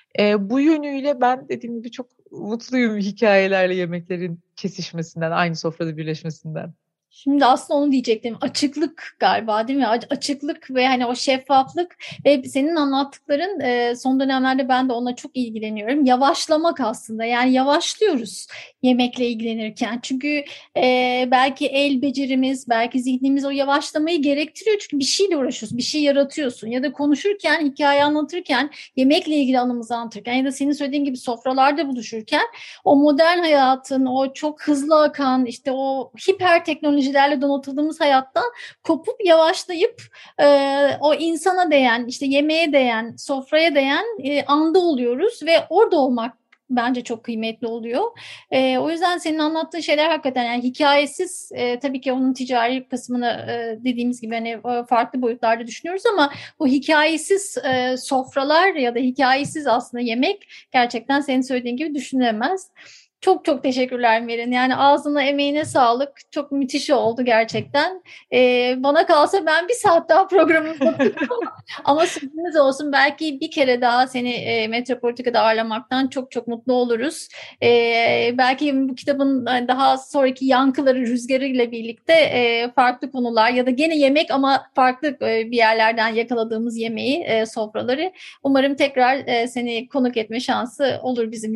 E, bu yönüyle ben dediğim gibi çok mutluyum hikayelerle yemeklerin kesişmesinden, aynı sofrada birleşmesinden. Şimdi aslında onu diyecektim. Açıklık galiba, değil mi? Açıklık ve hani o şeffaflık ve senin anlattıkların e, son dönemlerde ben de onunla çok ilgileniyorum. Yavaşlamak aslında. Yani yavaşlıyoruz yemekle ilgilenirken. Çünkü e, belki el becerimiz, belki zihnimiz o yavaşlamayı gerektiriyor. Çünkü bir şeyle uğraşıyorsun, bir şey yaratıyorsun. Ya da konuşurken, hikaye anlatırken, yemekle ilgili anımızı anlatırken ya da senin söylediğin gibi sofralarda buluşurken o modern hayatın, o çok hızlı akan, işte o hiper teknoloji donatıldığımız hayattan kopup yavaşlayıp e, o insana değen, işte yemeğe değen, sofraya değen e, anda oluyoruz ve orada olmak bence çok kıymetli oluyor. E, o yüzden senin anlattığın şeyler hakikaten yani hikayesiz, e, tabii ki onun ticari kısmını e, dediğimiz gibi hani farklı boyutlarda düşünüyoruz ama bu hikayesiz e, sofralar ya da hikayesiz aslında yemek gerçekten senin söylediğin gibi düşünülemez. Çok çok teşekkürler Merin. Yani ağzına, emeğine sağlık. Çok müthiş oldu gerçekten. Ee, bana kalsa ben bir saat daha programı yapacağım. Ama sürpriz olsun. Belki bir kere daha seni e, Metropolitika'da ağırlamaktan çok çok mutlu oluruz. Ee, belki bu kitabın daha sonraki yankıları, rüzgarıyla birlikte e, farklı konular ya da gene yemek ama farklı e, bir yerlerden yakaladığımız yemeği, e, sofraları. Umarım tekrar e, seni konuk etme şansı olur bizim için.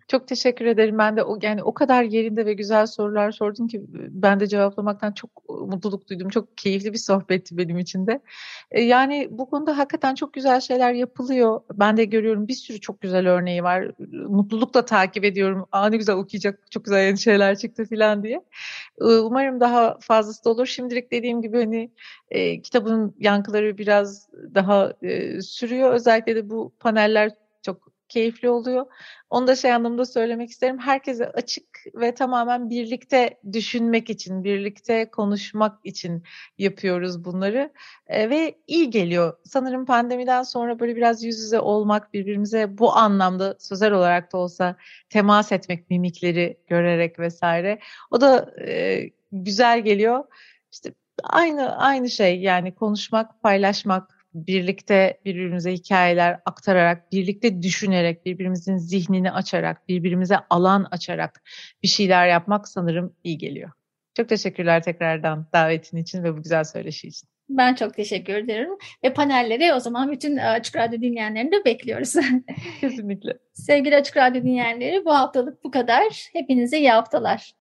Çok teşekkür ederim. Ben de o yani o kadar yerinde ve güzel sorular sordun ki ben de cevaplamaktan çok mutluluk duydum. Çok keyifli bir sohbetti benim için de. E, Yani bu konuda hakikaten çok güzel şeyler yapılıyor. Ben de görüyorum, bir sürü çok güzel örneği var. Mutlulukla takip ediyorum. Aa, ne güzel okuyacak, çok güzel yeni şeyler çıktı falan diye. E, Umarım daha fazlası da olur. Şimdilik dediğim gibi hani e, kitabın yankıları biraz daha e, sürüyor. Özellikle de bu paneller çok keyifli oluyor. Onu da şey anlamda söylemek isterim. Herkese açık ve tamamen birlikte düşünmek için, birlikte konuşmak için yapıyoruz bunları. E, ve iyi geliyor. Sanırım pandemiden sonra böyle biraz yüz yüze olmak, birbirimize bu anlamda sözel olarak da olsa temas etmek, mimikleri görerek vesaire. O da e, güzel geliyor. İşte aynı aynı şey, yani konuşmak, paylaşmak, birlikte birbirimize hikayeler aktararak, birlikte düşünerek, birbirimizin zihnini açarak, birbirimize alan açarak bir şeyler yapmak sanırım iyi geliyor. Çok teşekkürler tekrardan davetin için ve bu güzel söyleşi için. Ben çok teşekkür ederim. Ve panelleri o zaman bütün Açık Radyo dinleyenlerini de bekliyoruz. Kesinlikle. Sevgili Açık Radyo dinleyenleri, bu haftalık bu kadar. Hepinize iyi haftalar.